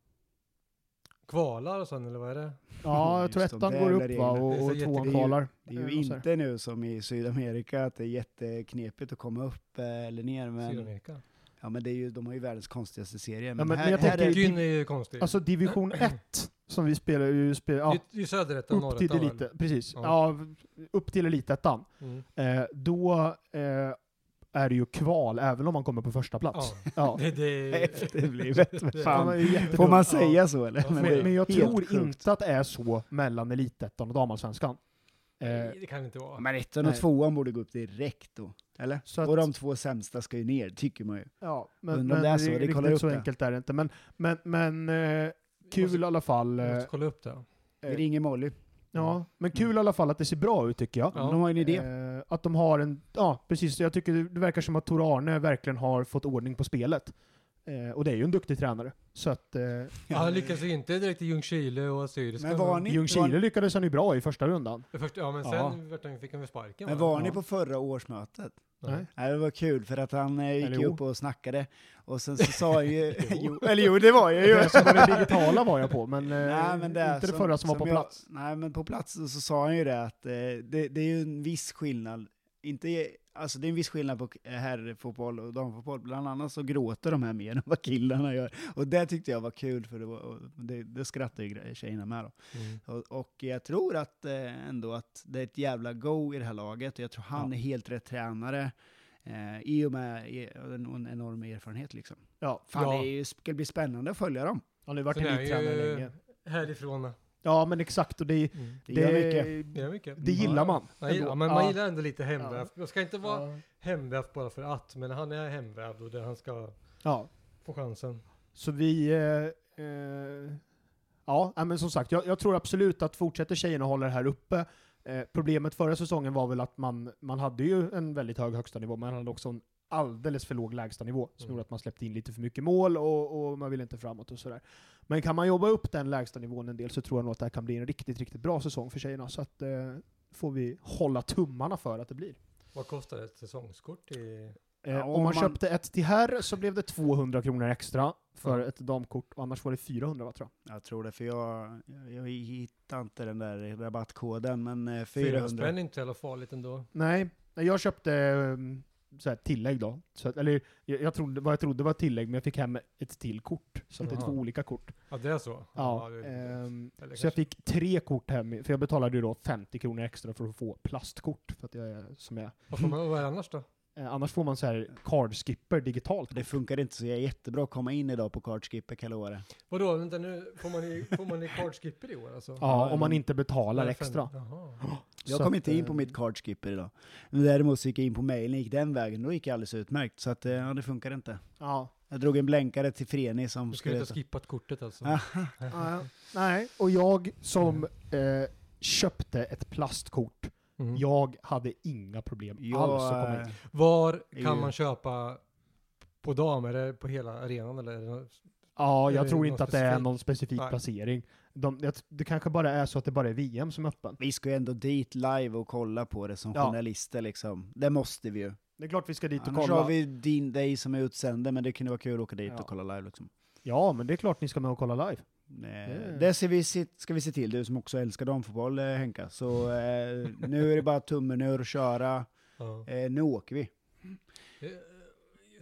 kvalar och sen, eller vad är det? Ja, jag tror Just de ettan går där upp va, reglerna. och, Det är så och tvåan jättekul. kvalar. Det är ju Eh, och så här. inte nu som i Sydamerika att det är jätteknepigt att komma upp eh, eller ner. Men, Sydamerika. ja, men det är ju, de har ju världens konstigaste serie. men- Men, men här, jag här tänker- är, Gyn är ju konstigt. Alltså division ett som vi spelar ju, spel, ja, det, det är ju söderettan, upp till norrettan, elite, precis. Ja. Ja. upp till elitettan. väl? Mm. Eh, då eh, är det ju kval även om man kommer på första plats. Ja. Ja. Det, det, efterblivet. det- Ja, men Fan. det är jättedumt. Får man Ja. säga så eller? Ja, Men får det är Men, men jag helt tror sjukt. inte att det är så mellan elitettan och damallsvenskan. Eh, Nej, det kan det inte vara. Men ettan och Nej. tvåan borde gå upp direkt då. Eller? Så att- och de två sämsta ska ju ner, tycker man ju. ja, men, Undrar om men det är så, det riktigt kollar upp så det. enkelt är det inte. Men, men, men eh, kul måste- i alla fall. Jag Eh, måste kolla upp det. Vi ringer Molly. ja, men kul i alla fall att det ser bra ut tycker jag. Ja. De har ju en idé. Eh, att de har en, ja precis, jag tycker det, det verkar som att Tor Arne verkligen har fått ordning på spelet. Eh, och det är ju en duktig tränare. Så att eh, Ja, han lyckas ju inte direkt i Ljungskile och Assyriska. Men var ni, Ljungskile var, lyckades han ju bra i första rundan. Först, ja, men sen Ja. vart han- fick han väl sparken. men va? var ni Ja. på förra årsmötet? Nej. Nej, det var kul för att han eh, gick Eller ju jo. upp och snackade. Och sen så sa han ju... jo, eller jo, det var jag ju. Det som var det digitala var jag på, men, eh, Nej, men det är inte det förra som, var på jag- plats. Nej, men på plats så sa han ju det att eh, det, det är ju en viss skillnad. Inte, alltså det är en viss skillnad på herrfotboll och damfotboll. Bland annat så gråter de här mer än vad killarna gör. Och det tyckte jag var kul, för det, var, och det, det skrattar ju gre- tjejerna med då. Mm. Och, och jag tror att eh, ändå att det är ett jävla go i det här laget. Och jag tror han Ja. är helt rätt tränare. Eh, I och med e- en, en enorm erfarenhet liksom. Ja, Fan, Ja. det är ju, ska bli spännande att följa dem. han har ju varit Sen är elittränare ju länge. härifrån med. Ja, men exakt. Och det, Mm. Det gör mycket. Det är mycket. det gillar man. Ja, ja, ändå. men man Ja. gillar ändå lite hemvävt. Jag ska inte vara Ja. hemvävt bara för att, men han är hemvävd och det, han ska Ja. få chansen. Så vi... Eh, eh, ja, nej, men som sagt, jag, jag tror absolut att fortsätter tjejerna hålla det här uppe. Eh, problemet förra säsongen var väl att man, man hade ju en väldigt hög högsta nivå, men man hade också en alldeles för låg lägsta nivå som Mm. gjorde att man släppte in lite för mycket mål och, och man ville inte framåt och sådär. Men kan man jobba upp den lägsta nivån en del så tror jag nog att det här kan bli en riktigt, riktigt bra säsong för tjejerna. Så att eh, får vi hålla tummarna för att det blir. Vad kostar ett säsongskort i... Eh, Ja, om om man, man- köpte ett till herr så blev det tvåhundra kronor extra för Ja. ett damkort, och annars var det fyrahundra va, tror jag. Jag tror det, för jag, jag, jag hittar inte den där rabattkoden, men eh, Fyra fyrahundra. spänn är inte så farligt ändå. Nej, nej, jag köpte um, så här, tillägg då. Så att, eller jag, jag trodde, vad jag trodde var tillägg, men jag fick hem ett till kort. Så att det är Jaha. två olika kort. Ja, det är så? Ja, det, ehm, eller så jag kanske- fick tre kort hem, för jag betalade ju då femtio kronor extra för att få plastkort. För att jag är som jag Vad får man, vad är det annars då? eh, Annars får man så här cardskipper digitalt. Det funkar inte så jag är jättebra att komma in idag på Cardskipper Kalore. Vadå, vänta nu, får man i, får man i cardskipper i år alltså? Ja, Ja, om man men- inte betalar Eller fem- extra. Jaha. Jag Så kom att, inte in eh, på mitt Cardskipper idag. Men däremot så gick jag in på mailen, gick den vägen, då gick jag alldeles utmärkt. Så att, eh, ja, det funkar inte. Ja. Jag drog en blänkare till Freni som Du skulle skulle... inte ha skippat kortet alltså? Ah, Ja, nej, och jag som eh, köpte ett plastkort, Mm. jag hade inga problem jag, alls att komma in. eh, Var är kan ju- man köpa på dam? Är det på hela arenan eller? Är det något- Ja, Är jag det tror någon inte att det är specifik? någon specifik Nej. placering. De, jag, det kanske bara är så att det bara är V M som är öppen. vi ska ju ändå dit live och kolla på det som Ja. journalister liksom. Det måste vi ju. Det är klart vi ska dit och Annars kolla. har vi din, dig som är utsändare, men det kunde vara kul att åka dit Ja. och kolla live liksom. Ja, men det är klart ni ska med och kolla live. Eh, Det ska vi, se, ska vi se till, du som också älskar damfotboll, eh, Henka. Så eh, nu är det bara tummen ur och köra. Ja. Eh, nu åker vi. Eh,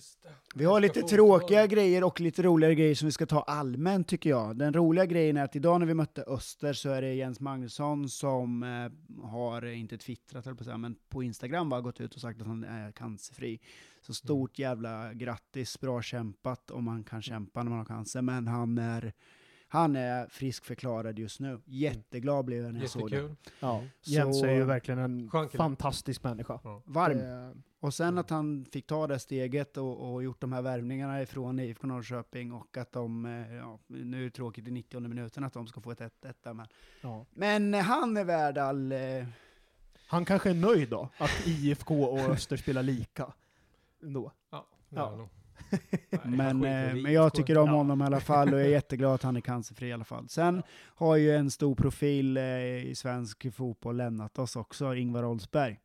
Just det. Vi har lite Fotboll. tråkiga grejer och lite roligare grejer som vi ska ta allmänt tycker jag. Den roliga grejen är att idag när vi mötte Öster så är det Jens Magnusson som eh, har, inte twittrat eller på så här, men på Instagram har gått ut och sagt att han är cancerfri. Så stort jävla grattis, bra kämpat om man kan kämpa när man har cancer. Men han är, han är friskförklarad just nu. Jätteglad blev jag när jag såg det. Jättekul. Ja. Så- Jens är ju verkligen en Skön kille. fantastisk människa. Ja. Varm. Eh, Och sen att han fick ta det steget och, och gjort de här värvningarna ifrån I F K Norrköping och att de, eh, ja, nu är det tråkigt i nittionde minuten att de ska få ett ett ett där, men, ja. men han är värd all... Eh, Han kanske är nöjd då, att I F K och Öster spelar lika. Ändå. Ja, Ja. ja. Nog. Nej, men, han skiter eh, i men jag I F K. tycker om Ja. honom i alla fall och jag är jätteglad att han är cancerfri i alla fall. Sen har ju en stor profil eh, i svensk fotboll lämnat oss också, Ingvar Oldsberg.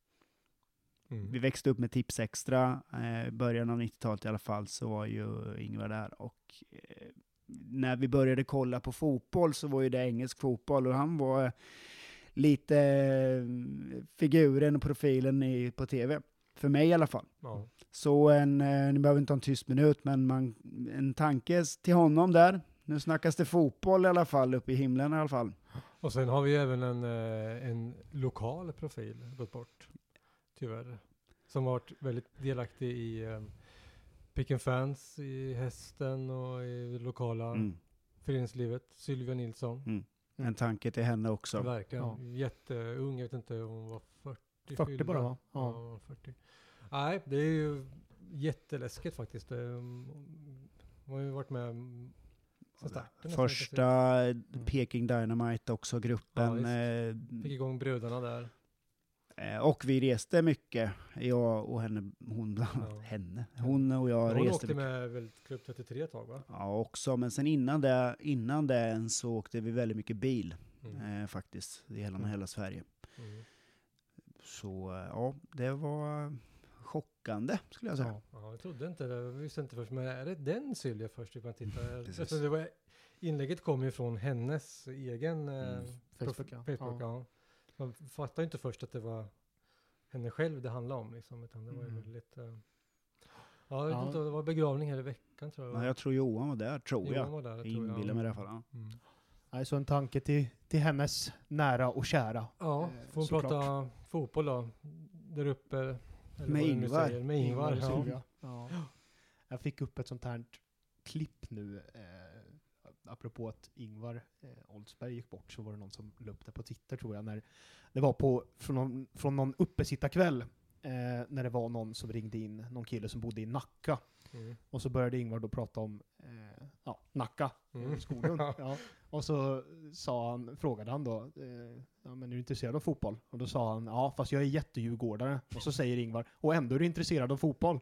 Mm. Vi växte upp med Tips Extra, eh, början av nittiotalet i alla fall, så var ju Ingvar där. Och eh, när vi började kolla på fotboll så var ju det engelsk fotboll och han var eh, lite eh, figuren och profilen i, på tv. För mig i alla fall. Ja. Så en, eh, ni behöver inte ha en tyst minut, men man, en tanke till honom där. Nu snackas det fotboll i alla fall, uppe i himlen i alla fall. Och sen har vi även en, eh, en lokal profil gått bort. Tyvärr. Som varit väldigt delaktig i um, Pick and Fans, i Hästen och i det lokala Mm. föreningslivet. Sylvia Nilsson. Mm. En tanke till henne också. Verkligen. Ja. Jätteung. Jag vet inte om hon var fyrtio. fyrtio fyllda. bara, va? Ja. Ja, fyrtio. Nej, det är ju jätteläskigt faktiskt. Um, Hon har ju varit med um, sen starten. Första Peking Dynamite också, gruppen. Ja, eh, Fick igång brudarna där. eh, och vi reste mycket, jag och henne, hon, Ja. henne, hon och jag Hon reste åkte mycket. med väl Klubb trettiotre ett tag, va? Ja, också, men sen innan det, innan det än så åkte vi väldigt mycket bil, Mm. eh, faktiskt, i hela, Mm. hela Sverige. Mm. Så eh, ja, det var chockande skulle jag säga. Ja. Ja, jag trodde inte det. Jag visste inte först. Men är det den Sylvia först? Fick man titta. Precis. Alltså, det var, inlägget kom ju från hennes egen eh, Mm. Facebook, prof- ja. Facebook Ja. ja. Man fattade ju inte först att det var henne själv det handlade om. Liksom, utan det var ju Mm. väldigt... Eh, ja, jag vet Ja. inte, det var begravning här i veckan tror jag. Ja, jag tror Johan var där, tror Johan jag. var där, Jag tror jag. inbillar mig i alla fall. Ja. Mm. Nej, så en tanke till, till hennes nära och kära. Ja, Eh, får hon såklart. prata fotboll då? Där uppe. eller vad Med du nu Ingvar. säger, Med Ingvar, och ja. Sylvia. Ja. Jag fick upp ett sånt här klipp nu. Eh, apropå att Ingvar eh, Oldsberg gick bort, så var det någon som la upp det på Twitter tror jag. När det var på, från, någon, från någon uppesittarkväll. Eh, när det var någon som ringde in, någon kille som bodde i Nacka. Mm. Och så började Ingvar då prata om eh, ja, Nacka, Mm. mm. skolan. Ja. Och så sa han, frågade han då, eh, ja, men är du intresserad av fotboll? Och då sa han, ja fast jag är jättedjurgårdare. Och så säger Ingvar, och ändå är du intresserad av fotboll.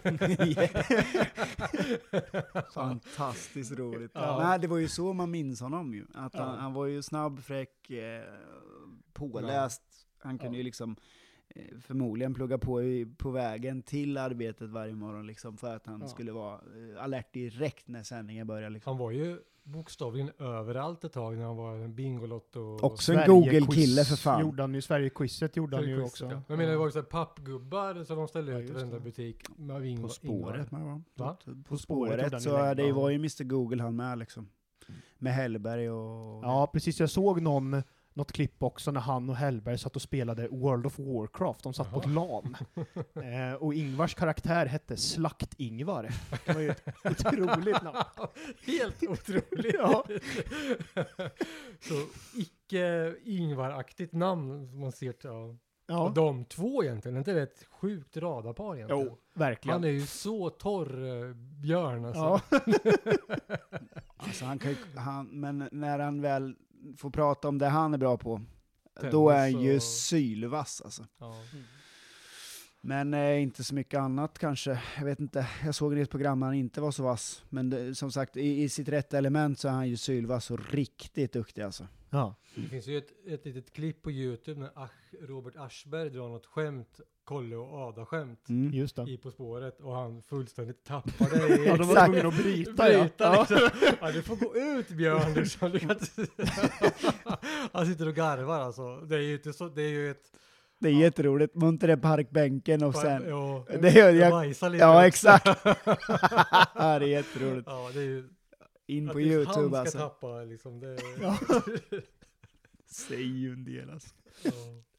Fantastiskt roligt. Ja. Nej, det var ju så man minns honom ju. Att Ja. han, han var ju snabb, fräck, eh, påläst. Han kunde Ja. ju liksom eh, förmodligen plugga på i, på vägen till arbetet varje morgon liksom, för att han Ja. skulle vara eh, alert direkt när sändningen började. Liksom. Han var ju bokstavligen överallt ett tag när han var en Bingolotto. Också en Sverige-quiz Google-kille för fan. Gjorde han ju, Sverige-quizet gjorde han ju Quizet, också. ja. Jag menar det var ju så här pappgubbar som de ställde Ja, ut i just varenda det. butik. Med Ingvar- På spåret. Ingvar. Man, Va? På, På spåret spåret, gjorde han så ju länge. det Ja. var ju mister Google han med liksom. Med Hellberg och... Ja, precis. Jag såg någon, något klipp också när han och Hellberg satt och spelade World of Warcraft. De satt på ett LAN. eh, och Ingvars karaktär hette Slakt-Ingvar. Det var ju ett otroligt namn. Helt otroligt. Ja. Så icke Ingvar-aktigt namn som man ser till. Ja. Ja, Och de två egentligen, inte det ett sjukt radarpar egentligen? jo, verkligen. Han är ju så torr eh, björn alltså. Ja. Alltså han kan ju, han, men när han väl får prata om det han är bra på, Tennis då är han ju och- sylvass alltså. Ja. Men eh, inte så mycket annat kanske. Jag vet inte. Jag såg i ett program när han inte var så vass. Men det, som sagt, i, i sitt rätta element så är han ju sylvass och riktigt duktig alltså. Ja. Det finns ju ett, ett litet klipp på YouTube när Asch, Robert Aschberg drar något skämt, Kolle och Ada-skämt Mm. Just det. i På spåret och han fullständigt tappar det. Ja, de var Exakt. tvungna att bryta, ja. Bryta, Ja. liksom. Ja, du får gå ut Björn liksom. Du kan inte... Han sitter och garvar alltså. Det är ju inte så, det är ju ett, Det är jätteroligt. Munter är parkbänken och sen... Ja, Det är, jag, bajsar lite ja, också. exakt. Ja, det är jätteroligt. Ja, det är ju... In att på just YouTube han ska alltså. tappa liksom. Det, Ja. Säg ju en del alltså. ja.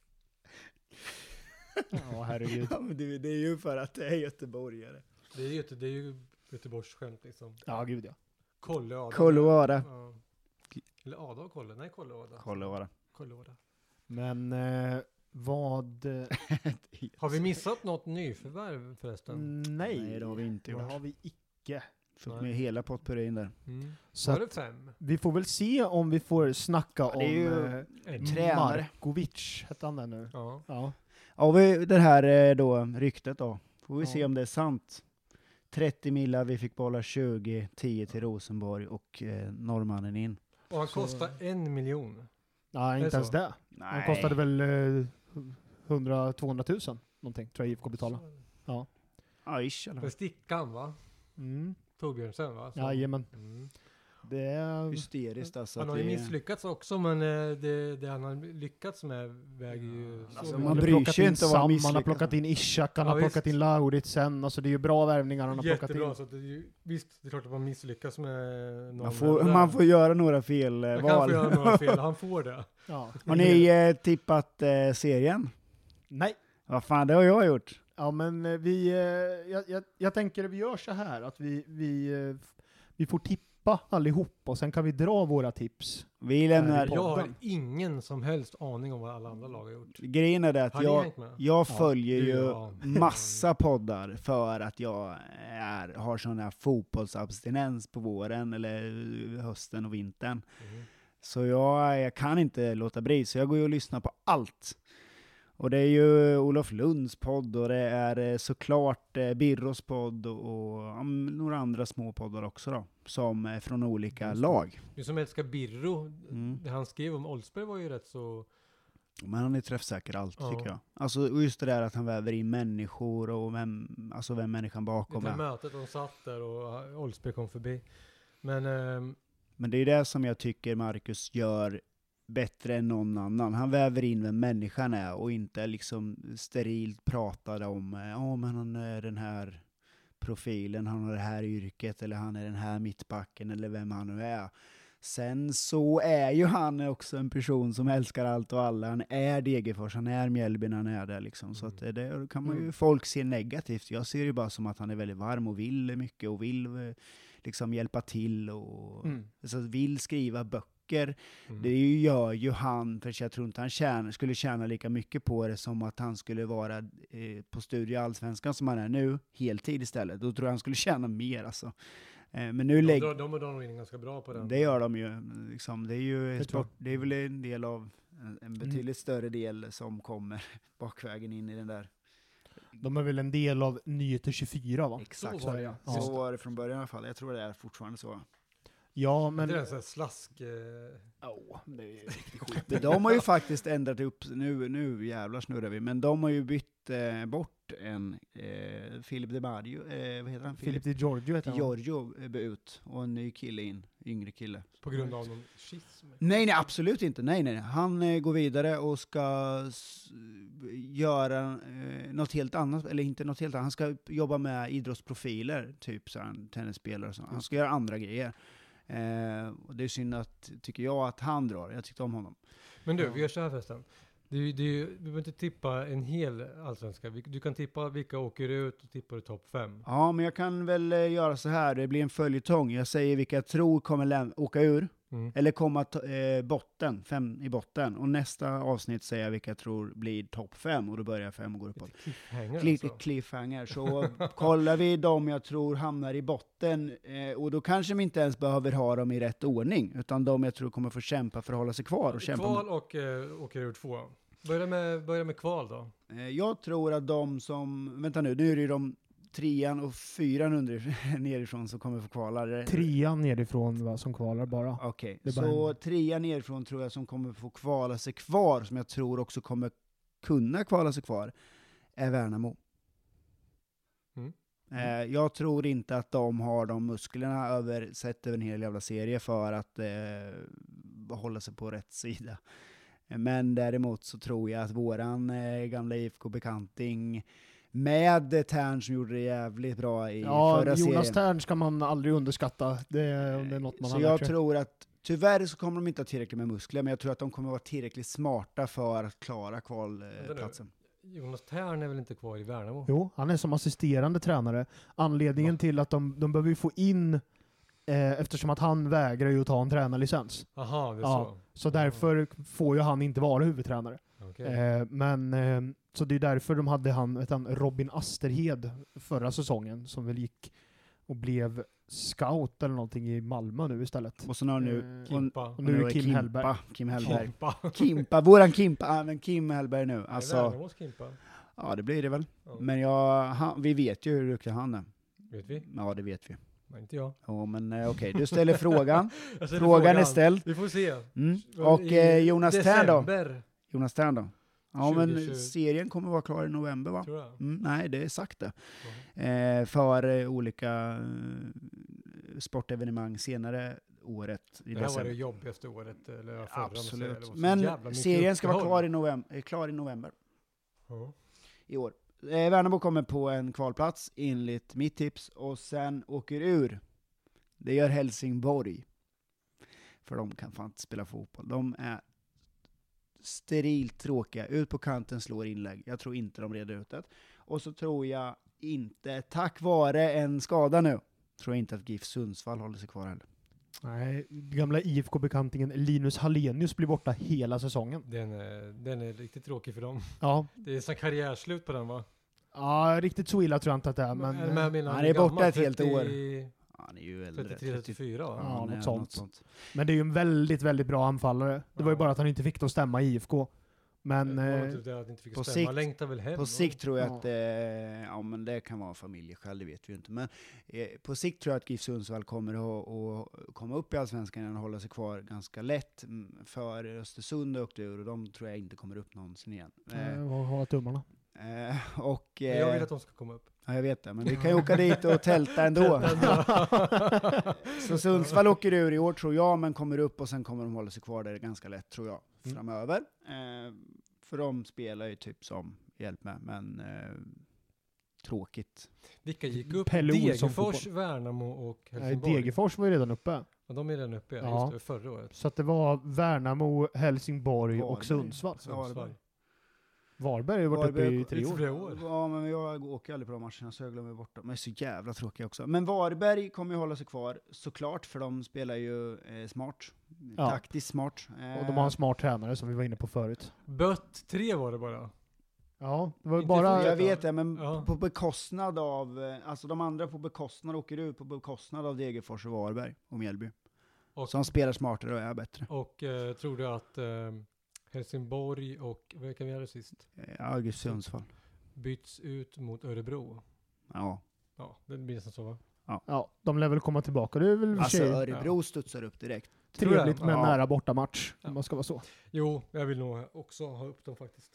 Ja, herregud. Ja, men det, det är ju för att det är göteborgare. Det är ju det är ju Göteborgsskämt liksom. Ja, gud ja. Kolle Ada. Kollevara. Ja. Eller Ada och Kolle. Nej, Kolle och Ada. Kollevara. Kolle och Ada. Men eh, vad... eh, Har vi missat något nyförvärv förresten? Nej, Nej, det har vi inte det gjort. har vi icke. Fick Nej. med hela potpurrin där. Mm. Så Var det att fem? vi får väl se om vi får snacka Ja, det är om ju eh, En. tränare. Markovic, hette han där nu? Ja. Ja. Ja, vi, det här eh, då, ryktet då. Får vi Ja. se om det är sant. trettio millar, vi fick bolla tjugo, tio till Rosenborg och eh, norrmannen in. Och han Så- kostar en miljon. Nej, det inte ens så? det. Han kostade väl eh, hundra till tvåhundra tusen någonting, tror jag I F K betalade. Ja, ish i alla För fall. Stickan va? Mm. Torbjörnsen va? Så- Jajamän. Mm. Det är... Hysteriskt alltså. Han att har ju vi- misslyckats också, men eh, det, det han har lyckats med väger ju... så Alltså, mycket. man har bryr plockat sig in inte om vad han Sam, han har misslyckas plockat in Ishak, han Ja, har plockat visst. in Lauritsen. Alltså det är ju bra värvningar han har plockat Jättebra, in. så att det är ju, visst, det är klart att man misslyckas med någon. Man får, där. man får göra några fel eh, Man kan val. få göra några fel, han får det. Ja. Har ni eh, tippat eh, serien? Nej. Vad fan, det har jag gjort. Ja, men eh, vi... eh, Jag, jag, jag tänker att vi gör så här, att vi, vi, eh, f- vi får tippa allihop och sen kan vi dra våra tips. Vi lämnar... Här i Jag har podden. ingen som helst aning om vad alla andra lag har gjort. Grejen är det att Har ni jag, hängt med? jag följer du, ju ja. massa poddar för att jag är, har sån här fotbollsabstinens på våren eller hösten och vintern. Mm. Så jag, jag kan inte låta bli, så jag går ju och lyssnar på allt. Och det är ju Olof Lunds podd och det är eh, såklart eh, Birros podd och, och ja, några andra små poddar också då, som är från olika Just det. lag. Du som älskar Birro, Mm. det han skrev om Oldsberg var ju rätt så... Men han är träffsäker allt, Ja. tycker jag. Alltså och just det där att han väver in människor och vem, alltså vem människan bakom Det här är. mötet, de satt där och Oldsberg kom förbi. Men... ehm, Men det är det som jag tycker Marcus gör bättre än någon annan. Han väver in vem människan är och inte liksom sterilt pratar om ja oh, men han är den här profilen, han har det här yrket eller han är den här mittbacken eller vem han nu är. Sen så är ju han också en person som älskar allt och alla. Han är Degerfors, han är Mjällby, han är där liksom. Så att det, det kan man ju, Mm. folk se negativt. Jag ser det bara som att han är väldigt varm och vill mycket och vill eh, liksom hjälpa till och Mm. så att vill skriva böcker. mm. Det är ju- gör ju han, för jag tror inte han tjänar, skulle tjäna lika mycket på det som att han skulle vara eh, på studie i Allsvenskan som han är nu, heltid istället. Då tror jag han skulle tjäna mer alltså. Eh, men nu de, lägger... drar- de, de, de in ganska bra på den. Det gör de ju. Liksom. Det är ju Det tror sport, det är väl en del av en, en betydligt större del som kommer bakvägen in i den där. De är väl en del av Nyheter tjugofyra, va? Exakt. Så var det, ja. Ja. Så var det från början i alla fall. Jag tror det är fortfarande så. Ja, Men, men... det är en sån här slask... Eh, Oh, det är riktigt skit. Men de har ju faktiskt ändrat upp, nu, nu jävlar snurrar vi, men de har ju bytt eh, bort en eh, Filip de Mario, eh, vad heter han? Filip Di Giorgio heter han. Giorgio eh, ut och en ny kille in, yngre kille. på grund av någon schism. Nej, nej, absolut inte. Nej, nej, nej. Han eh, går vidare och ska s- göra eh, något helt annat, eller inte något helt annat. Han ska jobba med idrottsprofiler, typ så här, tennisspelare och så. Han ska göra andra grejer. Eh, och det är synd att, tycker jag, att han drar. Jag tyckte om honom. Men du, Ja. vi gör så här förresten. Det är, ju- det är, ju- vi behöver inte tippa en hel allsvenska. Vi- Du kan tippa vilka åker ut och tippar i topp fem. Ja, men jag kan väl eh, göra så här. Det blir en följetong. Jag säger vilka jag tror kommer läm- åka ur. Mm. Eller komma t- eh, botten, fem i botten. Och nästa avsnitt säger jag vilka jag tror blir topp fem. Och då börjar jag fem och går uppåt. Lite cliffhanger Lite alltså. cliffhanger. Så kollar vi de jag tror hamnar i botten. Eh, och då kanske vi inte ens behöver ha dem i rätt ordning. Utan de jag tror kommer få kämpa för att hålla sig kvar. Och kämpa Kval och eh, åker ur två. Börja med, börja med kval då. Eh, Jag tror att de som, vänta nu, nu är det ju de trean och fyran under, nerifrån som kommer få kvala. Det- Trean nerifrån, va, som kvalar bara. Okej, Det är bara så en- trean nerifrån tror jag som kommer få kvala sig kvar, som jag tror också kommer kunna kvala sig kvar, är Värnamo. Mm. Eh, jag tror inte att de har de musklerna över, sett över en hel jävla serie för att eh, hålla sig på rätt sida. Men däremot så tror jag att våran eh, gamla I F K-bekanting med Tern som gjorde det jävligt bra i Ja, förra Jonas serien. Tern ska man aldrig underskatta. Det är, om det är något man Så har jag lärt sig. tror att tyvärr så kommer de inte ha tillräckligt med muskler, men jag tror att de kommer vara tillräckligt smarta för att klara kvalplatsen. Jonas Tern är väl inte kvar i Värnamo? Jo, han är som assisterande tränare. Anledningen Va? till att de, de behöver ju få in, eh, eftersom att han vägrar ju att ta en tränarlicens. Aha, det är Ja, så. Så därför får ju han inte vara huvudtränare. Okej. Eh, men eh, så det är därför de hade han, vet han Robin Asterhed förra säsongen som väl gick och blev scout eller någonting i Malmö nu istället. Och sen har nu, Eh, Kimpa. och och nu är Kim Kimpa, Hellberg. Kim Hellberg. Kimpa. Kimpa, våran Kimpa, ja, men Kim Hellberg nu. Alltså, Alltså, Värnamos Kimpa. ja det blir det väl. Ja. Men jag, han, vi vet ju hur duktig han är. Vet vi? Ja, det vet vi. Nej, inte jag. Ja, men eh, okej, du ställer frågan. Jag ställer Frågan är ställd. Vi får se. Mm. Och I eh, Jonas Tern då? december, Jonas Tern då? Ja, men tjugo tjugo. serien kommer vara klar i november, va? tror jag. Mm, nej, det är sagt det. Ja. Eh, för eh, olika eh, sportevenemang senare året i Det här var december. det jobbigaste året, eller förra. Absolut. Det var så Men jävla mycket serien ska vara uppehåll. klar i, november, eh, klar i november Ja. i år. Eh, Värnamo kommer på en kvalplats enligt mitt tips och sen åker ur. Det gör Helsingborg. För de kan fan inte spela fotboll. De är sterilt tråkiga. Ut på kanten, slår inlägg. Jag tror inte de reder ut det. Och så tror jag inte, tack vare en skada nu, tror jag inte att GIF Sundsvall håller sig kvar heller. Nej, gamla I F K-bekantingen Linus Hallenius blir borta hela säsongen. Den, är, den är riktigt tråkig för dem. Ja, Det är sån karriärslut på den, va? ja riktigt så illa tror jag inte att det är. Men, men, jag menar, han är borta gammal, ett helt år. trettio Ja, han är ju äldre. trettiotre trettiofyra, va? Ja, han något är sånt. men det är ju en väldigt, väldigt bra anfallare. Det var ju Ja. bara att han inte fick det att stämma i I F K. Men Det var eh, typ det att det inte fick på stämma. sikt- Han längtar väl hem? På va? sikt tror jag Ja. att eh, ja, men det kan vara en familjeskäl, det vet vi ju inte. Men eh, på sikt tror jag att GIF Sundsvall kommer att, att komma upp i Allsvenskan och hålla sig kvar ganska lätt. Mm, För Östersund åkte ur och de tror jag inte kommer upp någonsin igen. Eh, eh, hålla tummarna. eh, och, Men jag vill eh, att de ska komma upp. ja, jag vet det, men vi kan ju åka dit och tälta ändå. Så Sundsvall åker ur i år tror jag, men kommer upp och sen kommer de hålla sig kvar där ganska lätt tror jag Mm. framöver. Eh, för de spelar ju typ som, hjälp med, men eh, tråkigt. Vilka gick upp? Pelle Olsson Degerfors, fotboll. Värnamo och Nej, Helsingborg. Degerfors var ju redan uppe. Ja, de är redan uppe, ja. Ja. Just det, förra året. Så att det var Värnamo, Helsingborg Varberg. och Sundsvall. Sundsvall. Varberg har ju varit uppe i Varberg- tre lite år. flera år. Ja, men jag åker aldrig på de matcherna så jag glömmer bort dem. Men är så jävla tråkiga också. Men Varberg kommer ju hålla sig kvar såklart, för de spelar ju eh, smart. Ja. Taktiskt smart. Eh, Och de har en smart tränare som vi var inne på förut. Bött tre var det bara. Ja, det var ju Inte bara... för- Jag vet det, men Ja. på bekostnad av, eh, alltså de andra på bekostnad åker ut på bekostnad av Degerfors och Varberg och Mjällby. Och, Som spelar smartare och är bättre. och eh, tror du att eh, Helsingborg och, vad kan vi göra sist? Eh, Ja, GIF Sundsvall. Byts ut mot Örebro? Ja. Ja, det blir nästan så, va? Ja, de lär väl komma tillbaka. Det är väl i och för Alltså sig Örebro studsar upp direkt. Tror du trevligt det? med en Ja. nära bortamatch. Ja. Om man ska vara så. Jo, jag vill nog också ha upp dem faktiskt.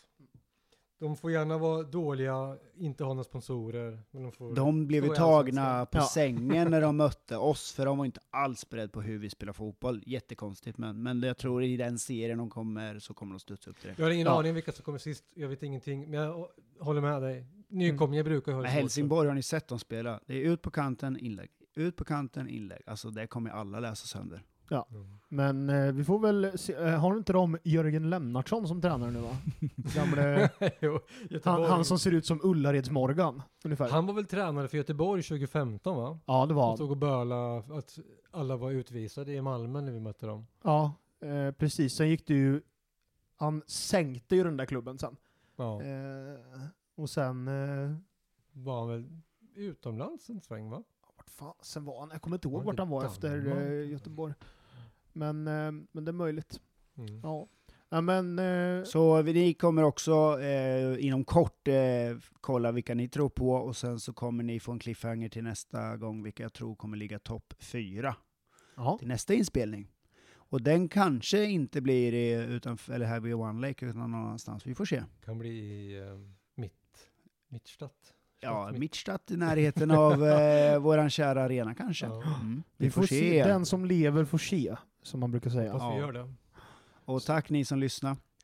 De får gärna vara dåliga, inte ha några sponsorer. Men de får De blev ju stå i tagna Allsvenskan. på Ja. sängen när de mötte oss, för de var inte alls beredda på hur vi spelar fotboll. Jättekonstigt, men, men jag tror i den serien de kommer så kommer de studsa upp direkt. Jag har ingen Ja. aning vilka som kommer sist. Jag vet ingenting. Men jag håller med dig. Nykomlingar brukar ha det Men svårt. Helsingborg har ni sett dem spela. Det är ut på kanten, inlägg. Ut på kanten, inlägg. Alltså det kommer alla läsa sönder. Mm. Men eh, vi får väl se. Eh, har inte de Jörgen Lennartsson som tränare nu va? Gamle, jo, han, Göteborg. han som ser ut som Ullareds Morgan ungefär. Han var väl tränare för Göteborg tjugo femton, va? Ja, det var Han han. stod och böla att alla var utvisade i Malmö när vi mötte dem. Ja, eh, precis. Sen gick det ju... Han sänkte ju den där klubben sen. Ja. Eh, och sen... Eh, Var han väl utomlands en sväng, va? vart fasen var han? Jag kommer inte Var ihåg det vart han var efter Danmark? eh, Göteborg. Men, eh, men det är möjligt. Mm. Ja. Ja, men... Eh, Så vi- ni kommer också eh, inom kort eh, kolla vilka ni tror på, och sen så kommer ni få en cliffhanger till nästa gång vilka jag tror kommer ligga topp fyra ja. till nästa inspelning. Och den kanske inte blir i, utan, eller här vid One Lake utan någon annanstans. Vi får se. Kan bli i eh, mitt, Mittstadt. Ja, Stadt mitt. Mittstadt i närheten av eh, våran kära arena kanske. Ja. Mm. Vi får se. Den som lever får se, som man brukar säga. Hoppas Ja. vi gör det. Och tack ni som lyssnar.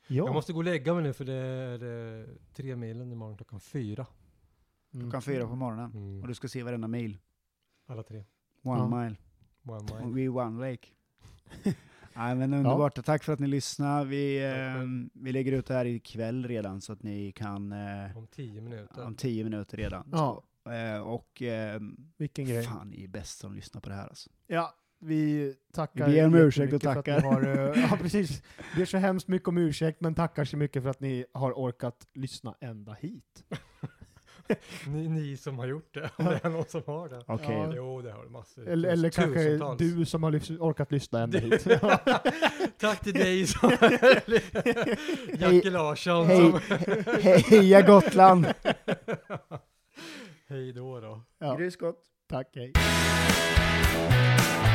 Ja. Jag måste gå och lägga mig nu för det är eh, tre milen imorgon klockan fyra. Mm. Klockan fyra på morgonen. Mm. Och du ska se varenda mil. Alla tre. One Ja. mile. One mile. We one lake. Nej, men underbart. Tack för att ni lyssnar. Vi, eh, vi lägger ut det här ikväll redan så att ni kan eh, Om tio minuter. om tio minuter redan. Ja. Så, eh, och eh, Vilken grej. fan, ni är bäst som lyssnar på det här alltså. Ja, vi tackar Vi ber om ursäkt och jättemycket för att tackar. ni Har, eh, ja, precis. Ber så hemskt mycket om ursäkt, men tackar så mycket för att ni har orkat lyssna ända hit. Ni, ni som har gjort det. Om det är någon som har det. Okej. Ja. Jo, det har det massor. Eller, eller kanske Tusentals. du som har lys- orkat lyssna ända Du- hit. Tack till dig som Jackie Larsson. Hej, Som he- heja Gotland! Hej då då. Ja, Grus gott. tack, hej.